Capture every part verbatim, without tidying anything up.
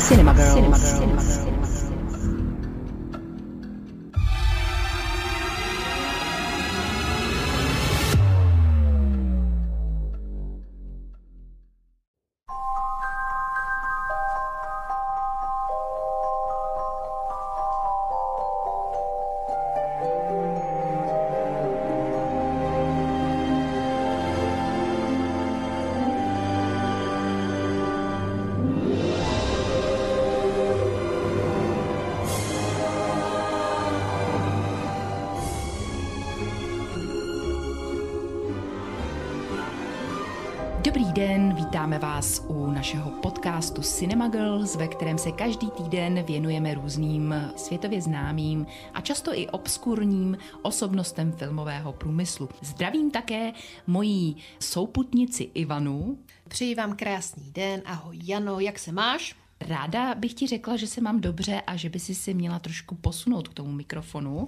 Cinema Girls. Cinema Girls. Cinema Girls. Dobrý den, vítáme vás u našeho podcastu Cinema Girls, ve kterém se každý týden věnujeme různým světově známým a často i obskurním osobnostem filmového průmyslu. Zdravím také mojí souputnici Ivanu. Přeji vám krásný den, ahoj Jano, jak se máš? Ráda bych ti řekla, že se mám dobře a že by si si měla trošku posunout k tomu mikrofonu.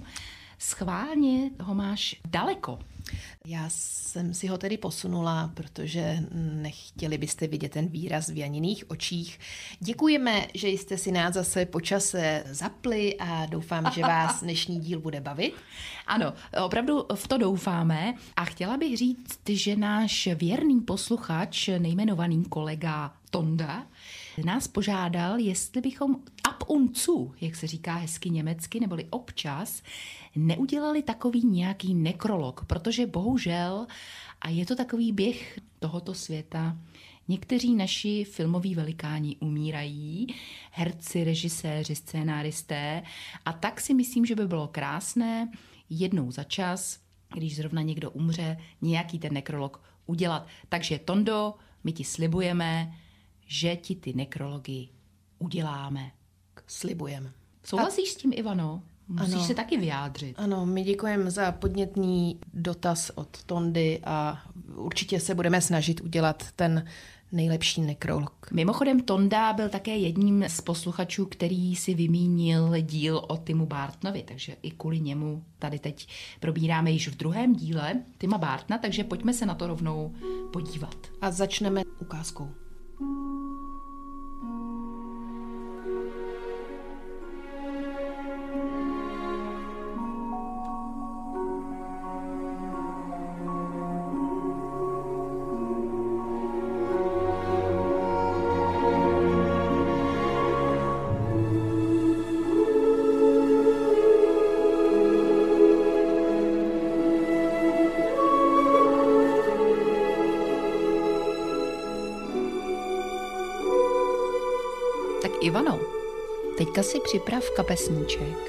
Schválně ho máš daleko. Já jsem si ho tedy posunula, protože nechtěli byste vidět ten výraz v Janiných očích. Děkujeme, že jste si nás zase po čase zapli a doufám, že vás dnešní díl bude bavit. Ano, opravdu v to doufáme a chtěla bych říct, že náš věrný posluchač, nejmenovaný kolega Tonda, nás požádal, jestli bychom ab und zu, jak se říká hezky německy, neboli občas, neudělali takový nějaký nekrolog, protože bohužel, a je to takový běh tohoto světa, někteří naši filmoví velikáni umírají, herci, režiséři, scénáristé, a tak si myslím, že by bylo krásné jednou za čas, když zrovna někdo umře, nějaký ten nekrolog udělat. Takže Tondo, my ti slibujeme, že ti ty nekrology uděláme. Slibujeme. Souhlasíš a... s tím, Ivano? Musíš ano. se taky vyjádřit. Ano, my děkujeme za podnětný dotaz od Tondy a určitě se budeme snažit udělat ten nejlepší nekrolog. Mimochodem Tonda byl také jedním z posluchačů, který si vymínil díl o Timu Burtonovi, takže i kvůli němu tady teď probíráme již v druhém díle Tima Burtona, takže pojďme se na to rovnou podívat. A začneme ukázkou. Ivano, teďka si připrav kapesníček,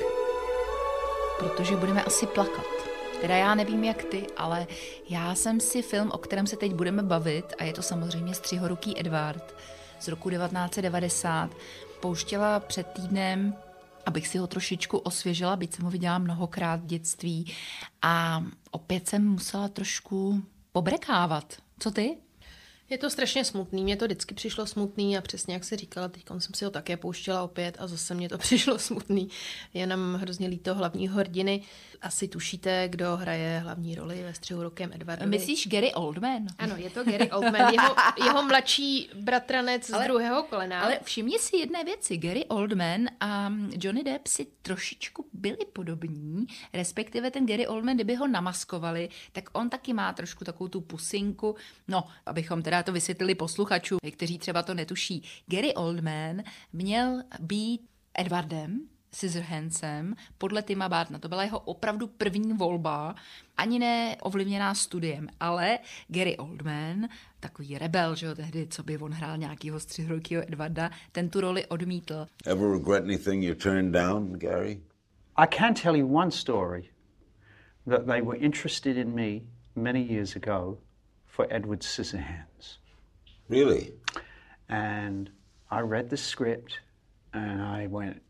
protože budeme asi plakat. Teda já nevím jak ty, ale já jsem si film, o kterém se teď budeme bavit, a je to samozřejmě Střihoruký Edvard z roku devatenáct set devadesát, pouštěla před týdnem, abych si ho trošičku osvěžila, byť jsem ho viděla mnohokrát v dětství, a opět jsem musela trošku pobrekávat. Co ty? Je to strašně smutný, mně to vždycky přišlo smutný a přesně jak jsi říkala, teď jsem si ho také pouštěla opět a zase mně to přišlo smutný. Je nám hrozně líto hlavní hrdiny. Asi tušíte, kdo hraje hlavní roli ve Střihorukém Edvardovi. Myslíš Gary Oldman? Ano, je to Gary Oldman, jeho, jeho mladší bratranec ale, z druhého kolena. Ale všimni si jedné věci, Gary Oldman a Johnny Depp si trošičku byli podobní, respektive ten Gary Oldman, kdyby ho namaskovali, tak on taky má trošku takovou tu pusinku, no, abychom teda to vysvětlili posluchačům, kteří třeba to netuší. Gary Oldman měl být Edwardem Scissorhandsem podle Tima Burtona. To byla jeho opravdu první volba, ani ne ovlivněná studiem, ale Gary Oldman, takový rebel, že jo, tehdy, co by on hrál nějakýho Střihorukýho Edvarda, ten tu roli odmítl. Ever regret anything you turned down, Gary? I can tell you one story, that they were interested in me many years ago for Edward Scissorhands. Really? And I read the script and I went,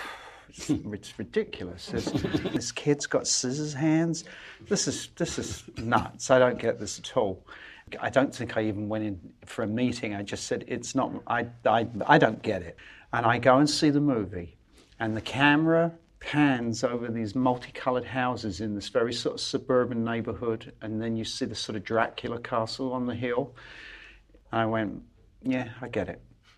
it's ridiculous. This, this kid's got scissors hands. This is this is nuts. I don't get this at all. I don't think I even went in for a meeting. I just said it's not. I I I don't get it. And I go and see the movie, and the camera pans over these multicolored houses in this very sort of suburban neighborhood, and then you see the sort of Dracula castle on the hill. And I went, yeah, I get it.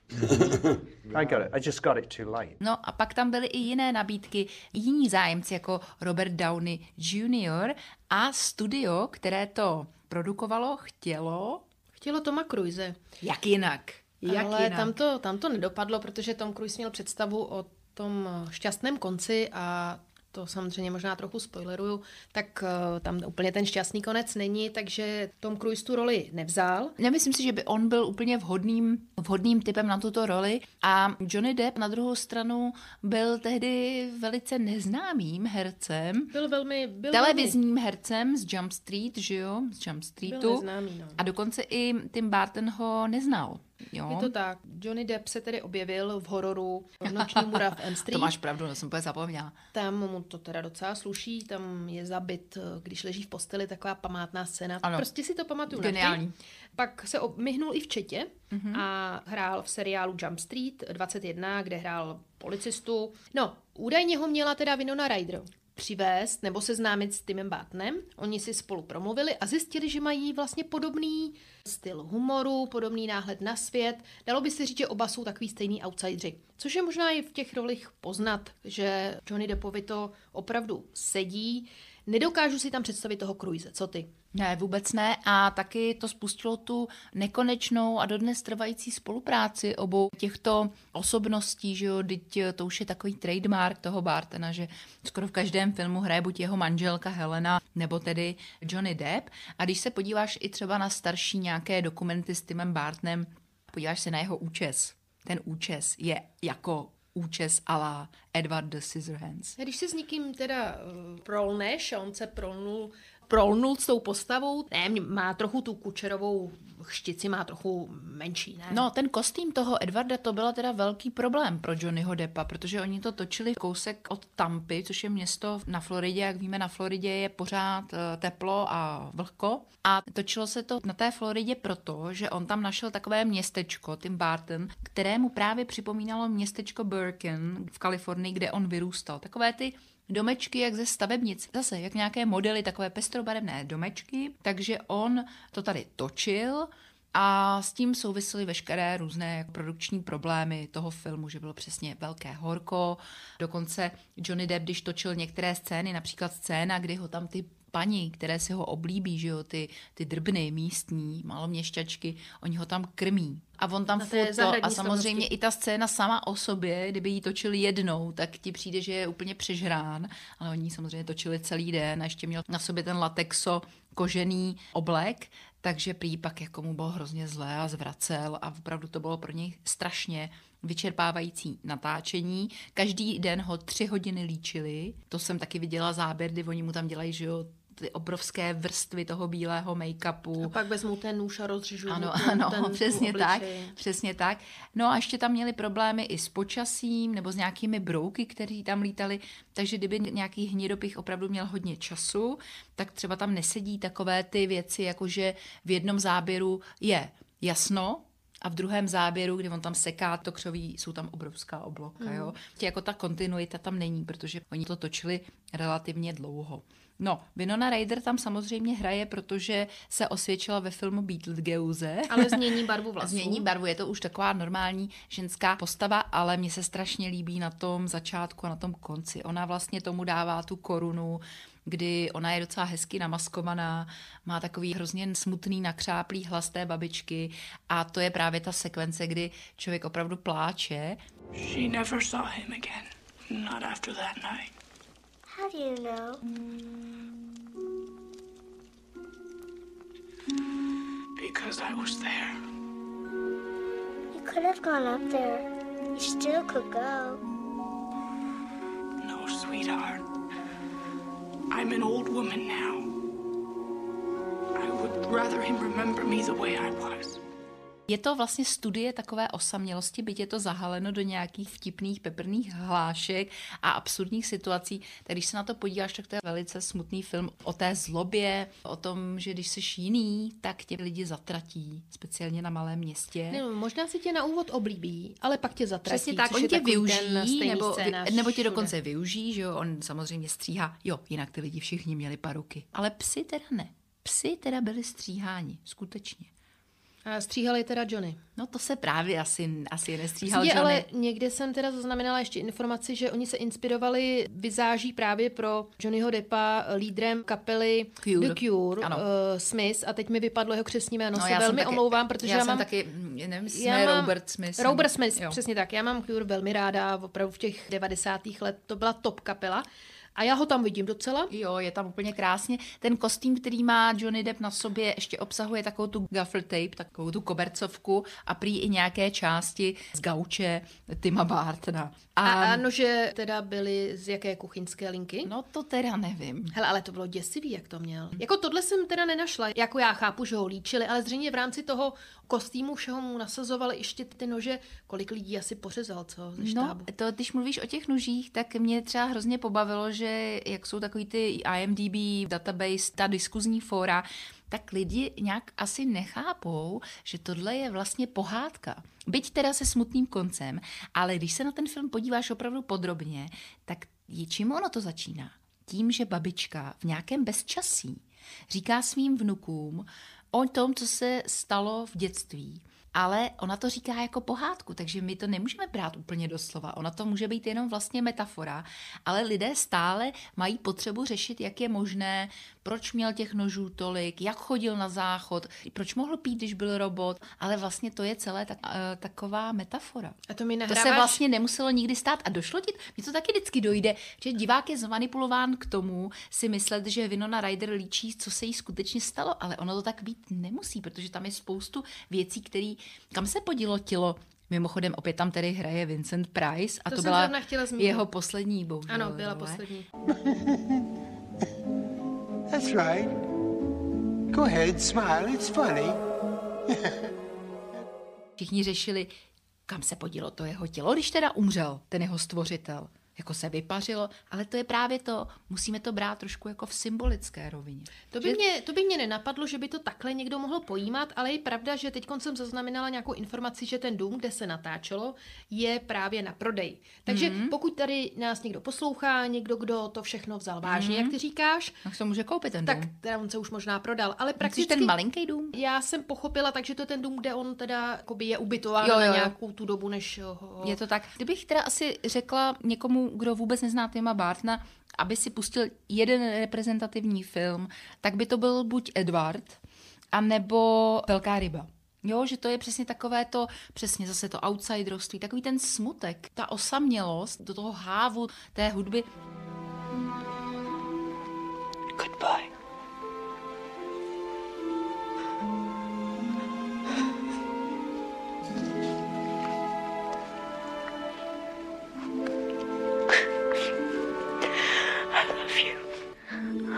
I got it. I just got it too late. No a pak tam byly i jiné nabídky, jiní zájemci jako Robert Downey junior a studio, které to produkovalo, chtělo... Chtělo Toma Cruise. Jak jinak? Jak Ale jinak? tam to, tam to nedopadlo, protože Tom Cruise měl představu o tom šťastném konci a to samozřejmě možná trochu spoileruju, tak uh, tam úplně ten šťastný konec není, takže Tom Cruise tu roli nevzal. Nemyslím si, že by on byl úplně vhodným, vhodným typem na tuto roli a Johnny Depp na druhou stranu byl tehdy velice neznámým hercem. Byl velmi... Byl televizním velmi... hercem z Jump Street, že jo? Z Jump Streetu. Byl neznámý, no. A dokonce i Tim Burton ho neznal. Jo? Je to tak. Johnny Depp se tedy objevil v hororu v Noční můra v Elm Street. To máš pravdu, to jsem úplně zapomněla. Tam mu to teda docela sluší, tam je zabit, když leží v posteli, taková památná scéna. Ano. Prostě si to pamatuju. Geniální. Pak se myhnul i v Četě mm-hmm. a hrál v seriálu Jump Street dvacet jedna, kde hrál policistu. No, údajně ho měla teda Winona Ryder přivést nebo seznámit s Timem Burtonem. Oni si spolu promluvili a zjistili, že mají vlastně podobný styl humoru, podobný náhled na svět. Dalo by se říct, že oba jsou takový stejný outsideri. Což je možná i v těch rolích poznat, že Johnny Deppovi to opravdu sedí. Nedokážu si tam představit toho Cruise. Co ty? Ne, vůbec ne. A taky to spustilo tu nekonečnou a dodnes trvající spolupráci obou těchto osobností, že jo, teď to už je takový trademark toho Burtona, že skoro v každém filmu hraje buď jeho manželka Helena, nebo tedy Johnny Depp. A když se podíváš i třeba na starší nějaké dokumenty s Timem Burtonem, podíváš se na jeho účes. Ten účes je jako účes a la Edward the Scissorhands. Když se s někým teda uh, prolneš a on se prolnul, prolnul s tou postavou, ne, má trochu tu Kučerovou chštici, má trochu menší, ne? No, ten kostým toho Edwarda, to byla teda velký problém pro Johnnyho Deppa, protože oni to točili kousek od Tampy, což je město na Floridě, jak víme, na Floridě je pořád uh, teplo a vlhko. A točilo se to na té Floridě proto, že on tam našel takové městečko, Tim Burton, kterému právě připomínalo městečko Birkin v Kalifornii, kde on vyrůstal. Takové ty domečky jak ze stavebnic, zase jak nějaké modely, takové pestrobarevné domečky, takže on to tady točil a s tím souvisely veškeré různé produkční problémy toho filmu, že bylo přesně velké horko, dokonce Johnny Depp, když točil některé scény, například scéna, kdy ho tam ty paní, které si ho oblíbí, že jo, ty, ty drbny místní, maloměšťačky, oni ho tam krmí. A on tam furt to, a samozřejmě i ta scéna sama o sobě, kdyby ji točili jednou, tak ti přijde, že je úplně přežrán, ale oni samozřejmě točili celý den a ještě měl na sobě ten latexo kožený oblek, takže prý pak jako mu bylo hrozně zlé a zvracel a opravdu to bylo pro něj strašně vyčerpávající natáčení. Každý den ho tři hodiny líčili, to jsem taky viděla záběr, kdy oni mu tam dělají, že jo, ty obrovské vrstvy toho bílého make-upu. A pak vezmou ten nůž a rozřižují. Ano, ten, ano, ten, přesně tak, přesně tak. No a ještě tam měli problémy i s počasím nebo s nějakými brouky, které tam lítali, takže kdyby nějaký hnidopich opravdu měl hodně času, tak třeba tam nesedí takové ty věci, jakože v jednom záběru je jasno, a v druhém záběru, kdy on tam seká to křoví, jsou tam obrovská obloka. Mm. Jo? Tě jako ta kontinuita tam není, protože oni to točili relativně dlouho. No, Winona Ryder tam samozřejmě hraje, protože se osvědčila ve filmu Beetlejuice. Ale změní barvu vlasů. Změní barvu, je to už taková normální ženská postava, ale mně se strašně líbí na tom začátku a na tom konci. Ona vlastně tomu dává tu korunu, kdy ona je docela hezky namaskovaná, má takový hrozně smutný, nakřáplý hlas té babičky a to je právě ta sekvence, kdy člověk opravdu pláče. She never saw him again, not after that night. How do you know? Because I was there. You could have gone up there. You still could go. No, sweetheart. I'm an old woman now. I would rather him remember me the way I was. Je to vlastně studie takové osamělosti, byť je to zahaleno do nějakých vtipných, peprných hlášek a absurdních situací. Tak když se na to podíváš, tak to je velice smutný film o té zlobě, o tom, že když jsi jiný, tak tě lidi zatratí, speciálně na malém městě. Ne, možná si tě na úvod oblíbí, ale pak tě zatratí. Přesně tak, oni tě využijí, nebo, nebo tě dokonce využijí, že jo, on samozřejmě stříhá. Jo, jinak ty lidi všichni měli paruky. Ale psi teda ne. Psi teda byli stříháni, skutečně. A stříhali teda Johnny. No to se právě asi, asi nestříhal Je, Johnny. ale někde jsem teda zaznamenala ještě informaci, že oni se inspirovali vizáží právě pro Johnnyho Deppa lídrem kapely Cure. The Cure, Ano. uh, Smith, a teď mi vypadlo jeho křestní jméno, No, se já jsem velmi taky- omlouvám, protože já, já, jsem mám... taky, nevím, jestli Já jsme mám- Robert Smith. Robert nebo- Smith, jo. přesně tak. Já mám Cure velmi ráda, opravdu v těch devadesátých let to byla top kapela. A já ho tam vidím docela. Jo, je tam úplně krásně. Ten kostým, který má Johnny Depp na sobě, ještě obsahuje takovou tu gaffer tape, takovou tu kobercovku a prý i nějaké části z gauče Tima Bartona. A, a nože teda byly z jaké kuchyňské linky? No to teda nevím. Hele, ale to bylo děsivý, jak to měl. Jako tohle jsem teda nenašla. Jako já chápu, že ho líčili, ale zřejmě v rámci toho kostýmu všeho mu nasazovali ještě ty nože. Kolik lidí asi pořezal, co? Ze No, štábu. to, když mluvíš o těch nožích, tak mě třeba hrozně pobavilo, že jak jsou takový ty I M D B database, ta diskuzní fóra, tak lidi nějak asi nechápou, že tohle je vlastně pohádka. Byť teda se smutným koncem, ale když se na ten film podíváš opravdu podrobně, tak je, čím ono to začíná? Tím, že babička v nějakém bezčasí říká svým vnukům o tom, co se stalo v dětství. Ale ona to říká jako pohádku, takže my to nemůžeme brát úplně doslova. Ona to může být jenom vlastně metafora, ale lidé stále mají potřebu řešit, jak je možné, proč měl těch nožů tolik, jak chodil na záchod, proč mohl pít, když byl robot, ale vlastně to je celé tak, uh, taková metafora. A to mi To nahráváš... se vlastně nemuselo nikdy stát a došlo ti, mně to taky vždycky dojde, že divák je zmanipulován k tomu si myslet, že Winona Ryder líčí, co se jí skutečně stalo, ale ono to tak být nemusí, protože tam je spoustu věcí, které, kam se podílo tělo. Mimochodem opět tam tedy hraje Vincent Price a To to, jsem byla zrovna chtěla zmínit. jeho poslední bohužel. Ano, byla role. poslední. That's right. Go ahead, smile. It's funny. Všichni řešili, kam se podílo to jeho tělo, když teda umřel ten jeho stvořitel. Jako se vypařilo, ale to je právě to, musíme to brát trošku jako v symbolické rovině. To by, Že- mě, to by mě nenapadlo, že by to takhle někdo mohl pojímat, ale je pravda, že teď jsem zaznamenala nějakou informaci, že ten dům, kde se natáčelo, je právě na prodej. Takže mm-hmm. pokud tady nás někdo poslouchá, někdo, kdo to všechno vzal vážně, mm-hmm. jak ty říkáš, Tak se může koupit ten tak dům. teda on se už možná prodal. Ale Myslíš prakticky ten malinký dům? já jsem pochopila, takže to je ten dům, kde on teda jakoby je ubytován Jo, jo, na jo. nějakou tu dobu, než ho... Je to tak. Kdybych teda asi řekla někomu, kdo vůbec nezná Tima Bartona, aby si pustil jeden reprezentativní film, tak by to byl buď Edward, anebo Velká ryba. Jo, že to je přesně takové to, přesně zase to outsiderství, takový ten smutek, ta osamělost do toho hávu té hudby. Goodbye. I love you.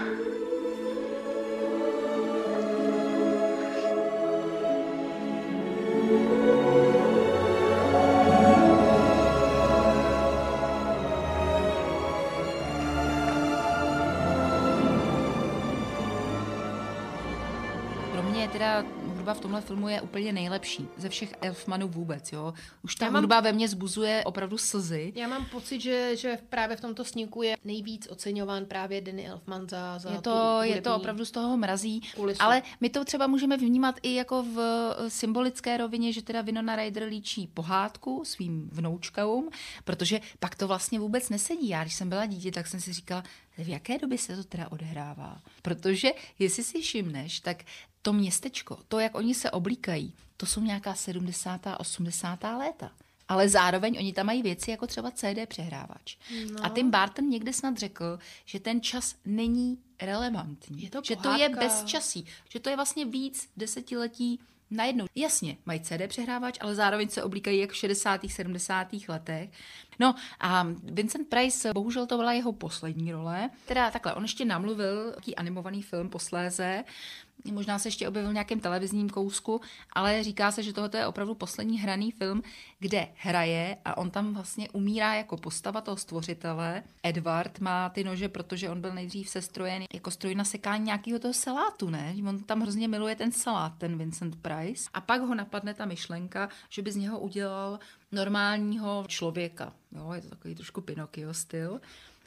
Pro mě je teda hudba v tomhle filmu je úplně nejlepší ze všech Elfmanů vůbec, jo. Už ta Já mám- hudba ve mně zbuzuje opravdu slzy. Já mám pocit, že, že právě v tomto snímku je nejvíc oceňován právě Danny Elfman za, za Je tu to, je hudební to opravdu z toho mrazí, kulisu. ale my to třeba můžeme vnímat i jako v eh, symbolické rovině, že teda Winona Ryder líčí pohádku svým vnoučkům, protože pak to vlastně vůbec nesedí. Já, když jsem byla dítě, tak jsem si říkala, v jaké době se to teda odehrává. Protože, jestli si všimneš, tak to městečko, to, jak oni se oblíkají, to jsou nějaká sedmdesátá, osmdesátá léta. Ale zároveň oni tam mají věci jako třeba C D přehrávač. No. A Tim Burton někde snad řekl, že ten čas není relevantní. Je to že to je pohádka. bezčasí. Že to je vlastně víc desetiletí najednou. Jasně, mají C D přehrávač, ale zároveň se oblíkají jak v šedesátých, sedmdesátých letech. No a Vincent Price, bohužel to byla jeho poslední role. Teda takhle, on ještě namluvil taký animovaný film posléze, možná se ještě objevil v nějakém televizním kousku, ale říká se, že tohle je opravdu poslední hraný film, kde hraje a on tam vlastně umírá jako postava toho stvořitele. Edward má ty nože, protože on byl nejdřív sestrojen jako stroj na sekání nějakého toho salátu, ne? On tam hrozně miluje ten salát, ten Vincent Price. A pak ho napadne ta myšlenka, že by z něho udělal normálního člověka. Jo, je to takový trošku Pinocchio styl.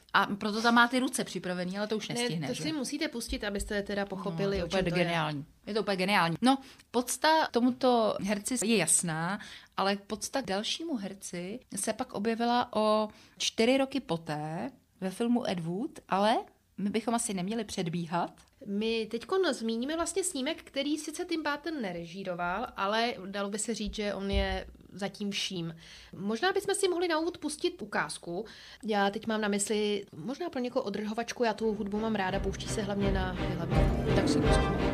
A proto tam má ty ruce připravený, ale to už nestihne. Ne, to že? si musíte pustit, abyste teda pochopili, No, o to je čem to geniální. Je. je to úplně geniální. No, podsta tomuto herci je jasná, ale podsta k dalšímu herci se pak objevila o čtyři roky poté ve filmu Ed Wood, ale my bychom asi neměli předbíhat. My teď zmíníme vlastně snímek, který sice Tim Burton nerežíroval, ale dalo by se říct, že on je zatím vším. Možná bychom si mohli na úvod pustit ukázku. Já teď mám na mysli možná pro někoho odrhovačku, já tu hudbu mám ráda, pouští se hlavně na hlavně. Tak si pustíme.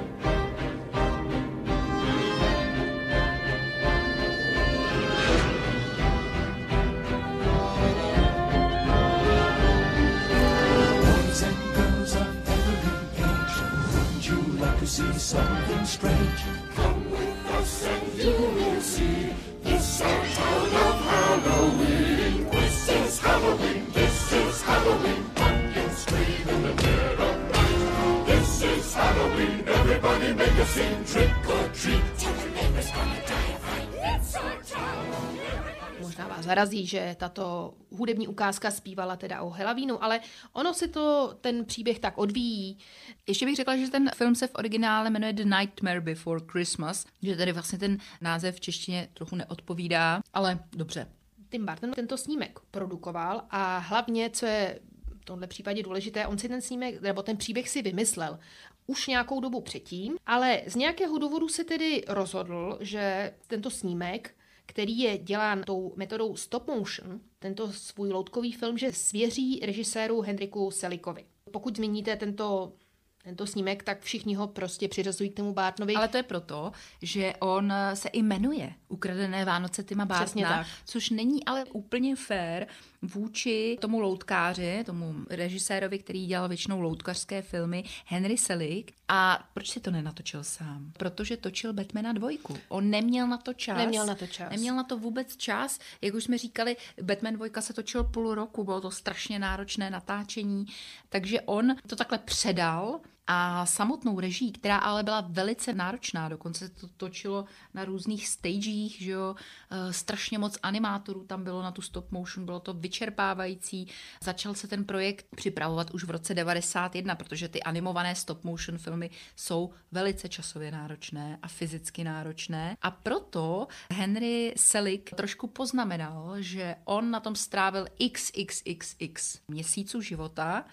See something strange. Come with us and you will see. This our town of Halloween. This is Halloween. This is Halloween. Pumpkins scream in the dead of night. This is Halloween. Everybody make a scene. Trick or treat. Tell the neighbors gonna die of fright. It's our town. Možná vás zarazí, že tato hudební ukázka zpívala teda o Halloweenu, ale ono si to, ten příběh tak odvíjí. Ještě bych řekla, že ten film se v originále jmenuje The Nightmare Before Christmas, že tady vlastně ten název v češtině trochu neodpovídá, ale dobře. Tim Burton tento snímek produkoval a hlavně, co je v tomhle případě důležité, on si ten snímek, nebo ten příběh si vymyslel už nějakou dobu předtím, ale z nějakého důvodu se tedy rozhodl, že tento snímek, který je dělán tou metodou stop motion, tento svůj loutkový film, že svěří režiséru Henriku Selickovi. Pokud zmíníte tento, tento snímek, tak všichni ho prostě přiřazují k tomu Burtonovi. Ale to je proto, že on se i jmenuje Ukradené Vánoce Tima Burtona, což není ale úplně fair vůči tomu loutkáři, tomu režisérovi, který dělal většinou loutkařské filmy, Henry Selick. A proč si to nenatočil sám? Protože točil Batmana dvojku. On neměl na to čas. Neměl na to čas. Neměl na to vůbec čas. Jak už jsme říkali, Batman dvojka se točil půl roku, bylo to strašně náročné natáčení, takže on to takhle předal a samotnou režii, která ale byla velice náročná, dokonce se to točilo na různých stagech, že jo, e, strašně moc animátorů tam bylo na tu stop motion, bylo to vyčerpávající. Začal se ten projekt připravovat už v roce devadesát jedna, protože ty animované stop motion filmy jsou velice časově náročné a fyzicky náročné. A proto Henry Selick trošku poznamenal, že on na tom strávil x x x x měsíců života,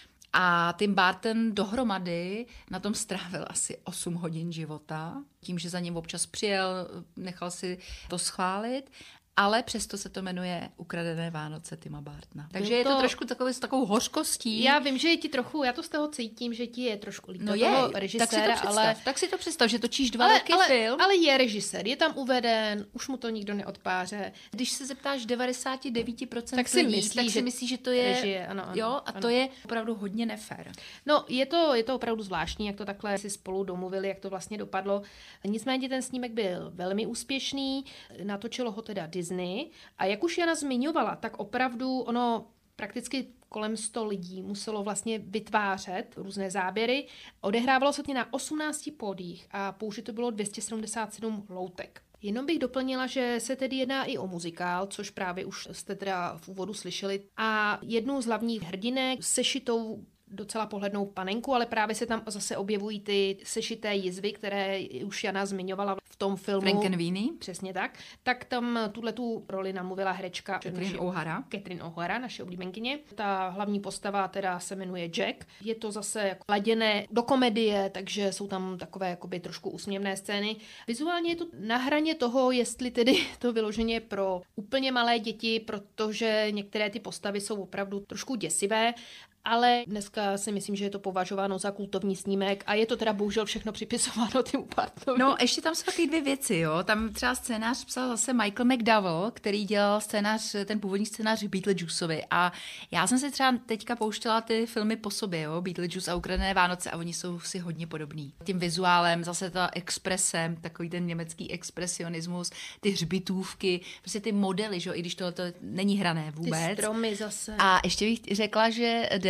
a Tim Burton dohromady na tom strávil asi osm hodin života, tím, že za ním občas přijel, nechal si to schválit, ale přesto se to jmenuje Ukradené Vánoce Tima Burtona. Takže to... je to trošku takový, s takovou hořkostí. Já vím, že je ti trochu, já to z toho cítím, že ti je trošku líto no toho je, režiséra, tak si to představ, ale... tak si to představ, že točíš dva ale, roky ale, film. Ale je režisér, je tam uveden, už mu to nikdo neodpáře. Když se zeptáš devadesát devět procent tak si lidí, myslí, tak si že myslí, že to je, režie, ano, ano, jo, a ano. to je opravdu hodně nefér. No, je to, je to opravdu zvláštní, jak to takhle si spolu domluvili, jak to vlastně dopadlo. Nicméně ten snímek byl velmi úspěšný, natočilo ho teda Disney a jak už Jana zmiňovala, tak opravdu ono prakticky kolem sto lidí muselo vlastně vytvářet různé záběry. Odehrávalo se to na osmnácti pódiích a použito bylo dvě stě sedmdesát sedm loutek. Jenom bych doplnila, že se tedy jedná i o muzikál, což právě už jste teda v úvodu slyšeli. A jednu z hlavních hrdinek sešitou docela pohlednou panenku, ale právě se tam zase objevují ty sešité jizvy, které už Jana zmiňovala v tom filmu. Frankenweenie. Přesně tak. Tak tam tuhletu roli namluvila herečka Catherine O'Hara. Catherine O'Hara, naše oblíbenkyně. Ta hlavní postava teda se jmenuje Jack. Je to zase jako laděné do komedie, takže jsou tam takové jakoby trošku úsměvné scény. Vizuálně je to na hraně toho, jestli tedy to vyloženě pro úplně malé děti, protože některé ty postavy jsou opravdu trošku děsivé, ale dneska si myslím, že je to považováno za kultovní snímek a je to teda bohužel všechno připisováno Timu Burtonovi. No, ještě tam jsou taky dvě věci, jo. Tam třeba scénář psal zase Michael McDowell, který dělal scénář, ten původní scénář Beetlejuiceovi a já jsem si třeba teďka pouštěla ty filmy po sobě, jo, Beetlejuice a Ukradené Vánoce a oni jsou si hodně podobní. Tím vizuálem, zase ta expresem, takový ten německý expresionismus, ty hřbitůvky, prostě ty modely, že jo, i když tohle není hrané vůbec. Ty stromy zase. A ještě bych řekla, že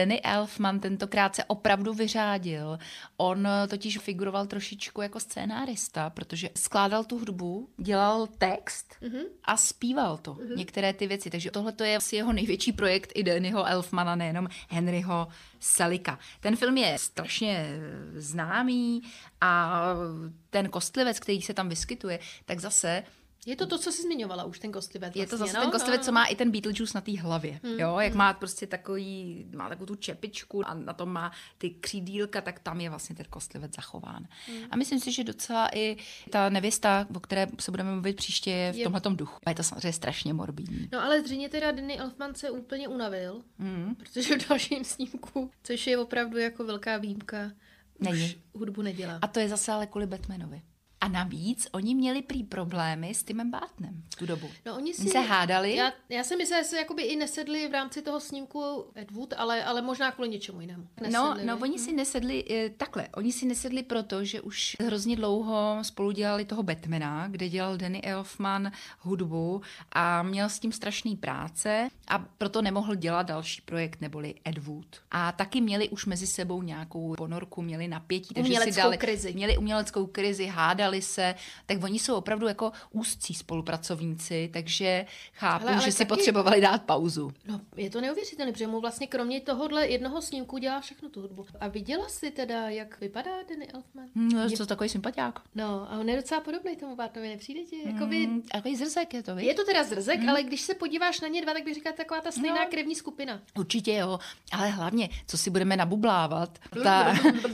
Danny Elfman tentokrát se opravdu vyřádil. On totiž figuroval trošičku jako scénárista, protože skládal tu hudbu, dělal text mm-hmm. a zpíval to. Mm-hmm. Některé ty věci. Takže tohle to je asi jeho největší projekt i Dannyho Elfmana, nejenom Henryho Selicka. Ten film je strašně známý a ten kostlivec, který se tam vyskytuje, tak zase je to to, co jsi zmiňovala už, ten kostlivec. Je to vlastně, zase no? ten kostlivec, no. co má i ten Beetlejuice na té hlavě. Hmm. Jo, jak hmm. má prostě takový, má takovou tu čepičku a na tom má ty křídílka, tak tam je vlastně ten kostlivec zachován. Hmm. A myslím si, že docela i ta nevěsta, o které se budeme mluvit příště, je v je... tomhletom duchu. A je to samozřejmě strašně morbidní. No ale zřejmě teda Danny Elfman se úplně unavil, hmm. protože v dalším snímku, což je opravdu jako velká výjimka, Není. už hudbu nedělá. A to je zase ale kvůli Batmanovi. A navíc oni měli prý problémy s Timem Burtonem v tu dobu. No, oni si se hádali. Já, já jsem myslela, že se jakoby i nesedli v rámci toho snímku Ed Wood, ale, ale možná kvůli něčemu jinému. No, no, oni si nesedli eh, takhle. Oni si nesedli proto, že už hrozně dlouho spolu dělali toho Batmana, kde dělal Danny Elfman hudbu a měl s tím strašný práce a proto nemohl dělat další projekt, neboli Ed Wood. A taky měli už mezi sebou nějakou ponorku, měli napětí, takže uměleckou si dali, krizi. Měli uměleckou krizi, hádali se, tak oni jsou opravdu jako úzcí spolupracovníci, takže chápu, ale, ale že si taky potřebovali dát pauzu. No, je to neuvěřitelné, protože mu vlastně kromě tohohle jednoho snímku dělá všechno tu hudbu. A viděla jsi teda, jak vypadá Danny Elfman? No, je to takový sympatiák. No, a on je docela podobný tomu Bartovi, nepřijde ti? Jakoby... Mm, takový zrzek je to, víš? Je to teda zrzek, mm. ale když se podíváš na ně dva, tak bych říkala taková ta stejná no. krevní skupina. Určitě jo, ale hlavně, co si budeme nabublávat, ta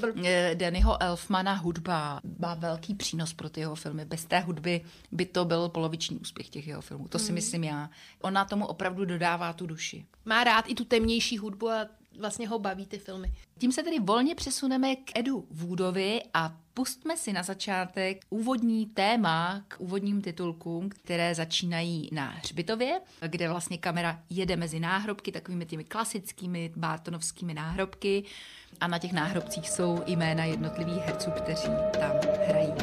Dannyho Elfmana hudba má velký přínos pro ty jeho filmy. Bez té hudby by to byl poloviční úspěch těch jeho filmů. To si mm. myslím já. Ona tomu opravdu dodává tu duši. Má rád i tu temnější hudbu a vlastně ho baví ty filmy. Tím se tedy volně přesuneme k Edu Woodovi a pustme si na začátek úvodní téma k úvodním titulkům, které začínají na hřbitově, kde vlastně kamera jede mezi náhrobky, takovými těmi klasickými bartonovskými náhrobky a na těch náhrobcích jsou jména jednotlivých herců, kteří tam hrají.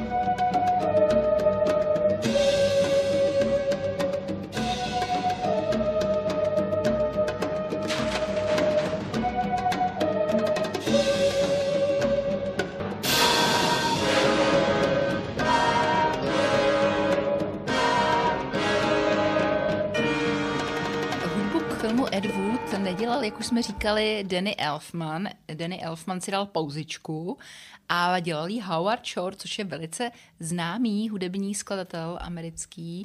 Ed Wood nedělal, jak už jsme říkali, Danny Elfman. Danny Elfman si dal pauzičku a dělal jí Howard Shore, což je velice známý hudební skladatel americký.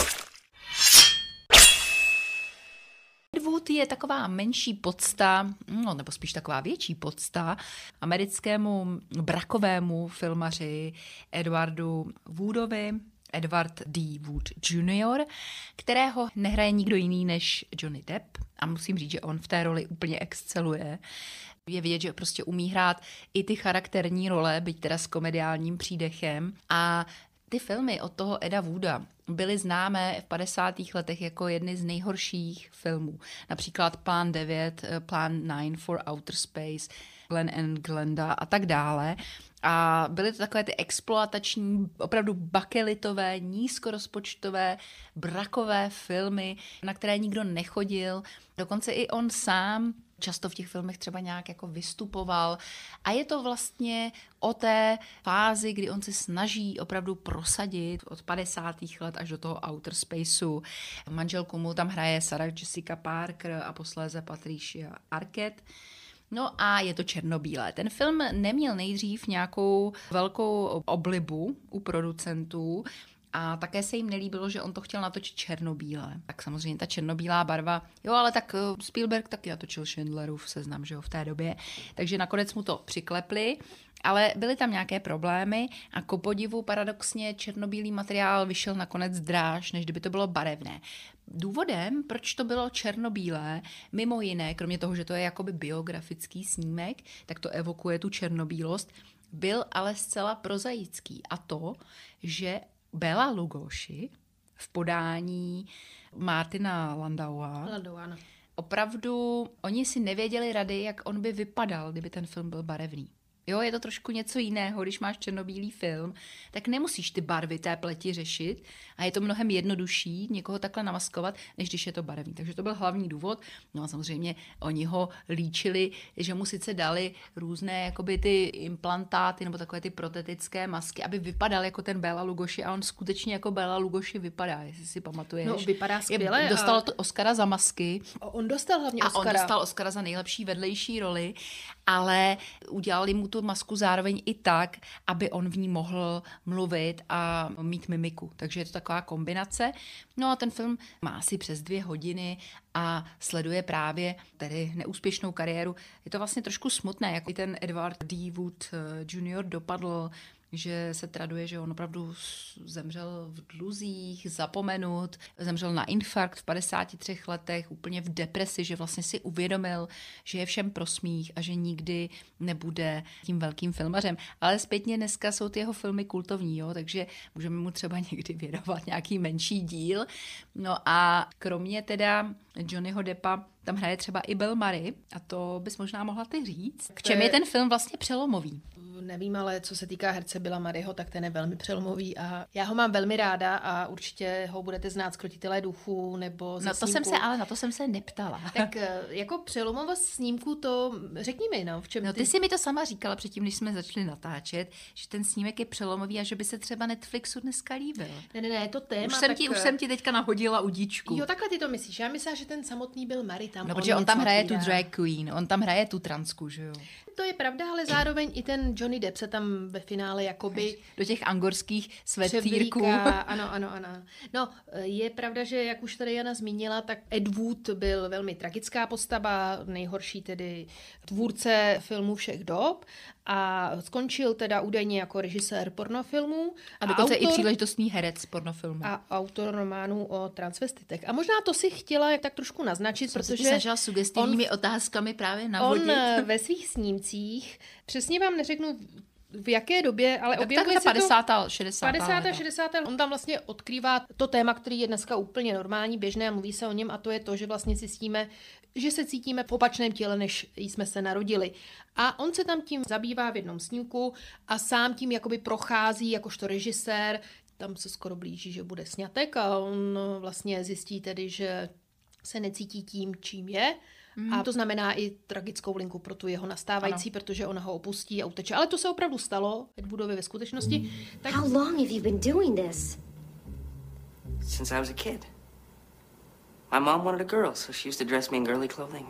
Ed Wood je taková menší podsta, no, nebo spíš taková větší podsta americkému brakovému filmaři Edwardu Woodovi, Edward D. Wood junior, kterého nehraje nikdo jiný než Johnny Depp. A musím říct, že on v té roli úplně exceluje. Je vidět, že prostě umí hrát i ty charakterní role, byť teda s komediálním přídechem. A ty filmy od toho Eda Wooda byly známé v padesátých letech jako jedny z nejhorších filmů. Například Plán devět, Plán devět for Outer Space, Glen and Glenda a tak dále. A byly to takové ty exploatační, opravdu bakelitové, nízkorozpočtové, brakové filmy, na které nikdo nechodil. Dokonce i on sám často v těch filmech třeba nějak jako vystupoval. A je to vlastně o té fázi, kdy on se snaží opravdu prosadit od padesátých let až do toho Outer Spaceu. Manželku mu tam hraje Sarah Jessica Parker a posléze Patricia Arquette. No a je to černobílé. Ten film neměl nejdřív nějakou velkou oblibu u producentů a také se jim nelíbilo, že on to chtěl natočit černobílé. Tak samozřejmě ta černobílá barva, jo, ale tak Spielberg taky natočil Schindlerův seznam, že jo, v té době. Takže nakonec mu to přiklepli, ale byly tam nějaké problémy a ku podivu paradoxně černobílý materiál vyšel nakonec dráž, než kdyby to bylo barevné. Důvodem, proč to bylo černobílé, mimo jiné, kromě toho, že to je jakoby biografický snímek, tak to evokuje tu černobílost, byl ale zcela prozaický. A to, že Bela Lugoši v podání Martina Landaua, Landaua no. opravdu oni si nevěděli rady, jak on by vypadal, kdyby ten film byl barevný. Jo, je to trošku něco jiného, když máš černobílý film, tak nemusíš ty barvy té pleti řešit a je to mnohem jednodušší někoho takhle namaskovat, než když je to barevný. Takže to byl hlavní důvod. No a samozřejmě oni ho líčili, že mu sice dali různé jakoby ty implantáty nebo takové ty protetické masky, aby vypadal jako ten Béla Lugoši a on skutečně jako Béla Lugoši vypadá, jestli si pamatuješ. No, vypadá skvěle. Je, dostal a... to Oscara za masky. On dostal hlavně Oscara. A on dostal Oscara za nejlepší vedlejší roli, ale udělali mu tu masku zároveň i tak, aby on v ní mohl mluvit a mít mimiku. Takže je to taková kombinace. No a ten film má asi přes dvě hodiny a sleduje právě tedy neúspěšnou kariéru. Je to vlastně trošku smutné, jak i ten Edward D. Wood junior dopadl, že se traduje, že on opravdu zemřel v dluzích, zapomenut, zemřel na infarkt v padesáti třech letech, úplně v depresi, že vlastně si uvědomil, že je všem prosmích a že nikdy nebude tím velkým filmařem. Ale zpětně dneska jsou ty jeho filmy kultovní, jo, takže můžeme mu třeba někdy věnovat nějaký menší díl. No a kromě teda Johnnyho Deppa tam hraje třeba i Bill Murray a to bys možná mohla ty říct. V čem je ten film vlastně přelomový? Nevím, ale co se týká herce Billa Murrayho, tak ten je velmi přelomový a já ho mám velmi ráda a určitě ho budete znát z Krotitelé duchů nebo ze No to snímku. jsem se, ale na to jsem se neptala. Tak jako přelomovost snímku to řekni mi, no, v čem No ty... ty jsi mi to sama říkala předtím, když jsme začali natáčet, že ten snímek je přelomový a že by se třeba Netflixu dneska líbil. Ne, ne, ne, to téma... Už jsem, tak... ti, už jsem ti teďka nahodila udíčku. Jo, takhle ty to myslíš. Já myslím, že ten samotný Bill Murray tam... No, protože on tam hraje tu otvírá. drag queen, on tam hraje tu transku, že jo? To je pravda, ale zároveň i ten Johnny Depp se tam ve finále jakoby... Do těch angorských svetýrků. Převlíká, ano, ano, ano. No, je pravda, že jak už tady Jana zmínila, tak Ed Wood byl velmi tragická postava, nejhorší tedy tvůrce filmů všech dob a skončil teda údajně jako režisér pornofilmů. A dokonce autor, i příležitostný herec pornofilmu. A autor románů o transvestitech. A možná to si chtěla tak trošku naznačit, Jsem protože... se snažila sugestivními on, otázkami právě navodit. On ve svých snímcích, přesně vám neřeknu v jaké době, ale tak objevuje se padesátá, to... šedesátá padesátá, šedesátá On tam vlastně odkrývá to téma, který je dneska úplně normální, běžné a mluví se o něm a to je to, že vlastně zjistíme, že se cítíme v opačném těle, než jsme se narodili. A on se tam tím zabývá v jednom snímku a sám tím jakoby prochází jakožto režisér, tam se skoro blíží, že bude sňatek a on vlastně zjistí tedy, že se necítí tím, čím je. Mm. A to znamená i tragickou linku pro tu jeho nastávající, ano. Protože ona ho opustí a uteče. Ale to se opravdu stalo Ed Woodovi ve skutečnosti. Tak... How long have you been doing this? Since I was a kid. My mom wanted a girl, so she used to dress me in girly clothing.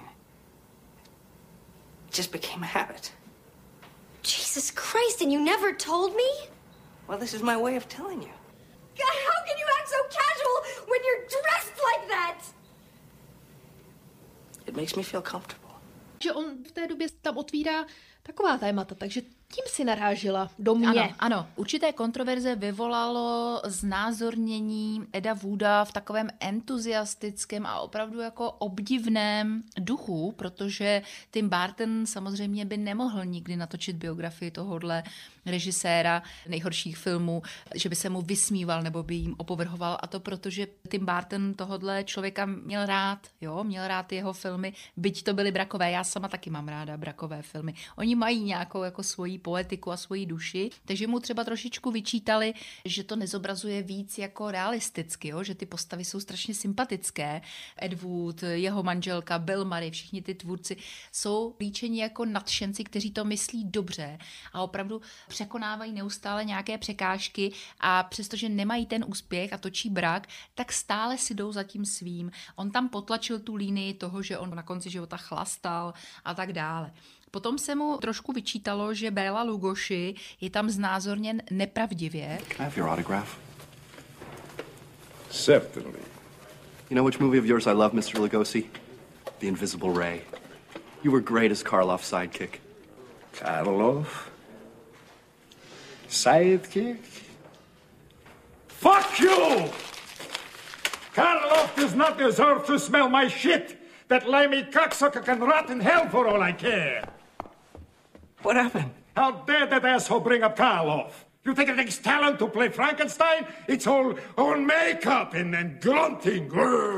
It just became a habit. Jesus Christ, and you never told me? Well, this is my way of telling you. God, how can you act so casual when you're dressed like that? It makes me feel comfortable. Že on v té době tam otvírá taková témata, takže tím si narážela do mě. Ano, ano. Určité kontroverze vyvolalo znázornění Eda Wooda v takovém entuziastickém a opravdu jako obdivném duchu, protože Tim Burton samozřejmě by nemohl nikdy natočit biografii tohohle režiséra nejhorších filmů, že by se mu vysmíval nebo by jim opovrhoval a to protože Tim Burton tohodle člověka měl rád, jo, měl rád jeho filmy, byť to byly brakové, já sama taky mám ráda brakové filmy. Oni mají nějakou jako svoji poetiku a svoji duši, takže mu třeba trošičku vyčítali, že to nezobrazuje víc jako realisticky, jo? Že ty postavy jsou strašně sympatické. Ed Wood, jeho manželka, Bill Murray, všichni ty tvůrci jsou líčeni jako nadšenci, kteří to myslí dobře a opravdu překonávají neustále nějaké překážky a přestože nemají ten úspěch a točí brak, tak stále si jdou za tím svým. On tam potlačil tu línii toho, že on na konci života chlastal a tak dále. Potom se mu trošku vyčítalo, že Béla Lugoši je tam znázorněn nepravdivě. Can I have your autograph? Certainly. You know which movie of yours I love, Mister Lugosi? The Invisible Ray. You were great as Karloff's sidekick. Karloff? Sidekick? Fuck you! Karloff does not deserve to smell my shit! That limey cocksucker can rot in hell for all I care! What happened? How dare that asshole bring up Karloff? You think it takes talent to play Frankenstein? It's all, all makeup and, and grunting.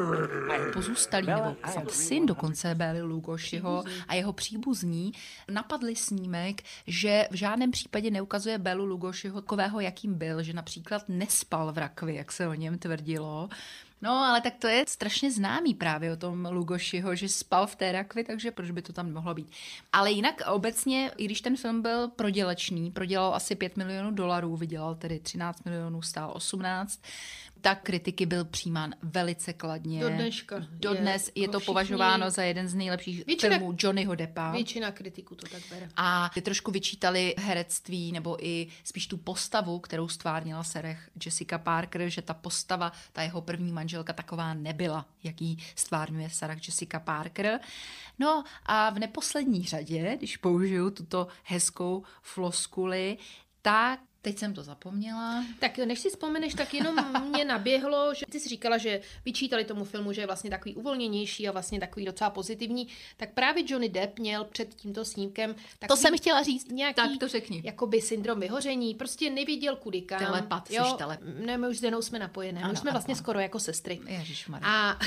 Pozůstalí, nebo syn dokonce Bély Lugosiho a jeho příbuzní napadli snímek, že v žádném případě neukazuje Bélu Lugosiho takového, jakým byl, že například nespal v rakvi, jak se o něm tvrdilo. No, ale tak to je strašně známý právě o tom Lugosiho, že spal v té rakvi, takže proč by to tam mohlo být. Ale jinak obecně, i když ten film byl prodělečný, prodělal asi pět milionů dolarů, vydělal tedy třináct milionů, stál osmnáct, tak kritiky byl přijímán velice kladně. Do dneška. Dodnes je, je to všichni... považováno za jeden z nejlepších většina, filmů Johnnyho Deppa. Většina kritiků to tak bere. A trošku vyčítali herectví, nebo i spíš tu postavu, kterou stvárnila Sarah Jessica Parker, že ta postava, ta jeho první manželka taková nebyla, jaký stvárňuje Sarah Jessica Parker. No a v neposlední řadě, když použiju tuto hezkou floskuli, tak teď jsem to zapomněla. Tak než si vzpomeneš, tak jenom mě naběhlo, že ty jsi říkala, že vyčítali tomu filmu, že je vlastně takový uvolněnější a vlastně takový docela pozitivní. Tak právě Johnny Depp měl před tímto snímkem to jsem chtěla říct, nějaký, tak to řekni. Jakoby syndrom vyhoření, prostě nevěděl kudy kam. Telepat, jo, jsi telep. Ne, my už s Denou jsme napojené, ano, my jsme ano, vlastně ano. skoro jako sestry. Ježišmarja. A,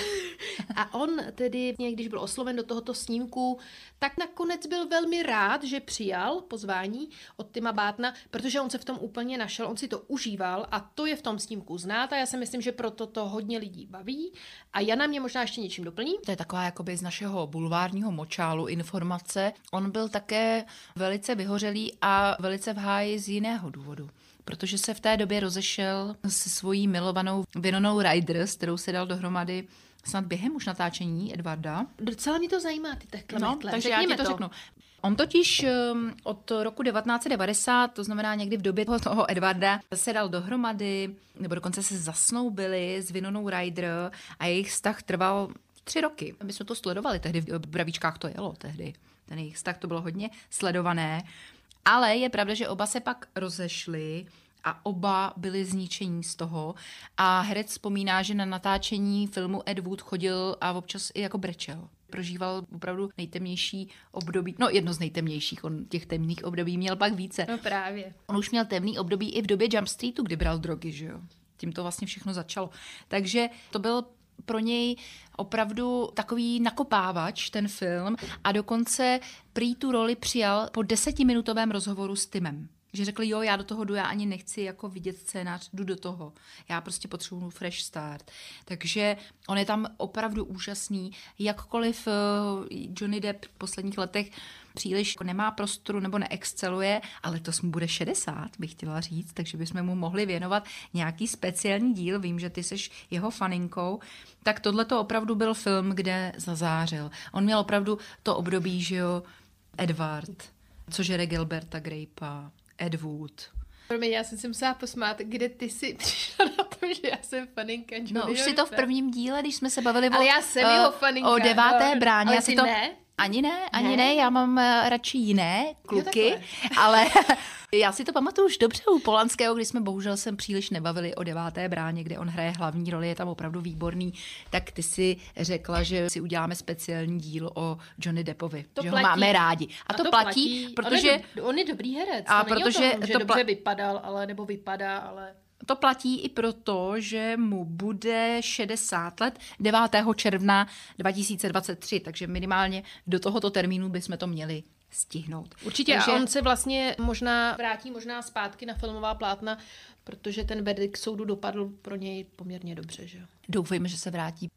a on tedy, když byl osloven do tohoto snímku, tak nakonec byl velmi rád, že přijal pozvání od Tima Burtona, protože on se v tom úplně našel, on si to užíval a to je v tom snímku znát a já si myslím, že proto to hodně lidí baví. A Jana mě možná ještě něčím doplní. To je taková jakoby z našeho bulvárního močálu informace. On byl také velice vyhořelý a velice v háji z jiného důvodu. Protože se v té době rozešel se svojí milovanou Winonou Ryder, s kterou se dal dohromady snad během už natáčení Edwarda. Docela mě to zajímá, ty takhle no, metle. Takže Řekněme já ti to, to řeknu. On totiž um, od roku devatenáct set devadesát, to znamená někdy v době toho Edwarda, se dal dohromady, nebo dokonce se zasnoubili s Winonou Ryder a jejich vztah trval tři roky. My jsme to sledovali tehdy, v Bravíčkách to jelo tehdy. Ten jejich vztah to bylo hodně sledované. Ale je pravda, že oba se pak rozešli a oba byli zničení z toho. A herec vzpomíná, že na natáčení filmu Ed Wood chodil a občas i jako brečel. Prožíval opravdu nejtemnější období, no jedno z nejtemnějších, on těch temných období měl pak více. No právě. On už měl temný období i v době Jump Streetu, kdy bral drogy, že jo. Tím to vlastně všechno začalo. Takže to byl pro něj opravdu takový nakopávač, ten film, a dokonce prý tu roli přijal po desetiminutovém rozhovoru s Timem. Že řekli, jo, já do toho jdu, já ani nechci jako vidět scénář, jdu do toho. Já prostě potřebuju fresh start. Takže on je tam opravdu úžasný. Jakkoliv Johnny Depp v posledních letech příliš nemá prostoru nebo neexceluje, ale to mu bude šedesát, bych chtěla říct, takže bychom mu mohli věnovat nějaký speciální díl. Vím, že ty seš jeho faninkou. Tak tohle to opravdu byl film, kde zazářil. On měl opravdu to období, že jo, Edward, což je Gilberta Grape'a, Ed Wood. Promiň, já jsem si musela posmát, kde ty jsi přišla na to, že já jsem faninka Johnnyho. No už si to v prvním díle, když jsme se bavili ale o, já jsem uh, jeho faninka, o deváté no, bráně. Ale ty to... ne? Ani ne, ani ne, ne já mám uh, radši jiné kluky, jo, ale já si to pamatuju už dobře u Polanského, když jsme bohužel sem příliš nebavili o deváté bráně, kde on hraje hlavní roli, je tam opravdu výborný, tak ty si řekla, že si uděláme speciální díl o Johnny Deppovi, to že platí. Ho máme rádi. A, a to, to platí, platí, protože... On je, do, on je dobrý herec, a to není protože o tom, že to dobře pla... vypadal, ale nebo vypadá, ale... To platí i proto, že mu bude šedesát let devátého června dva tisíce dvacet tři, takže minimálně do tohoto termínu bychom to měli stihnout. Určitě takže... a on se vlastně možná vrátí možná zpátky na filmová plátna, protože ten verdikt soudu dopadl pro něj poměrně dobře, že? Doufejme, že se vrátí.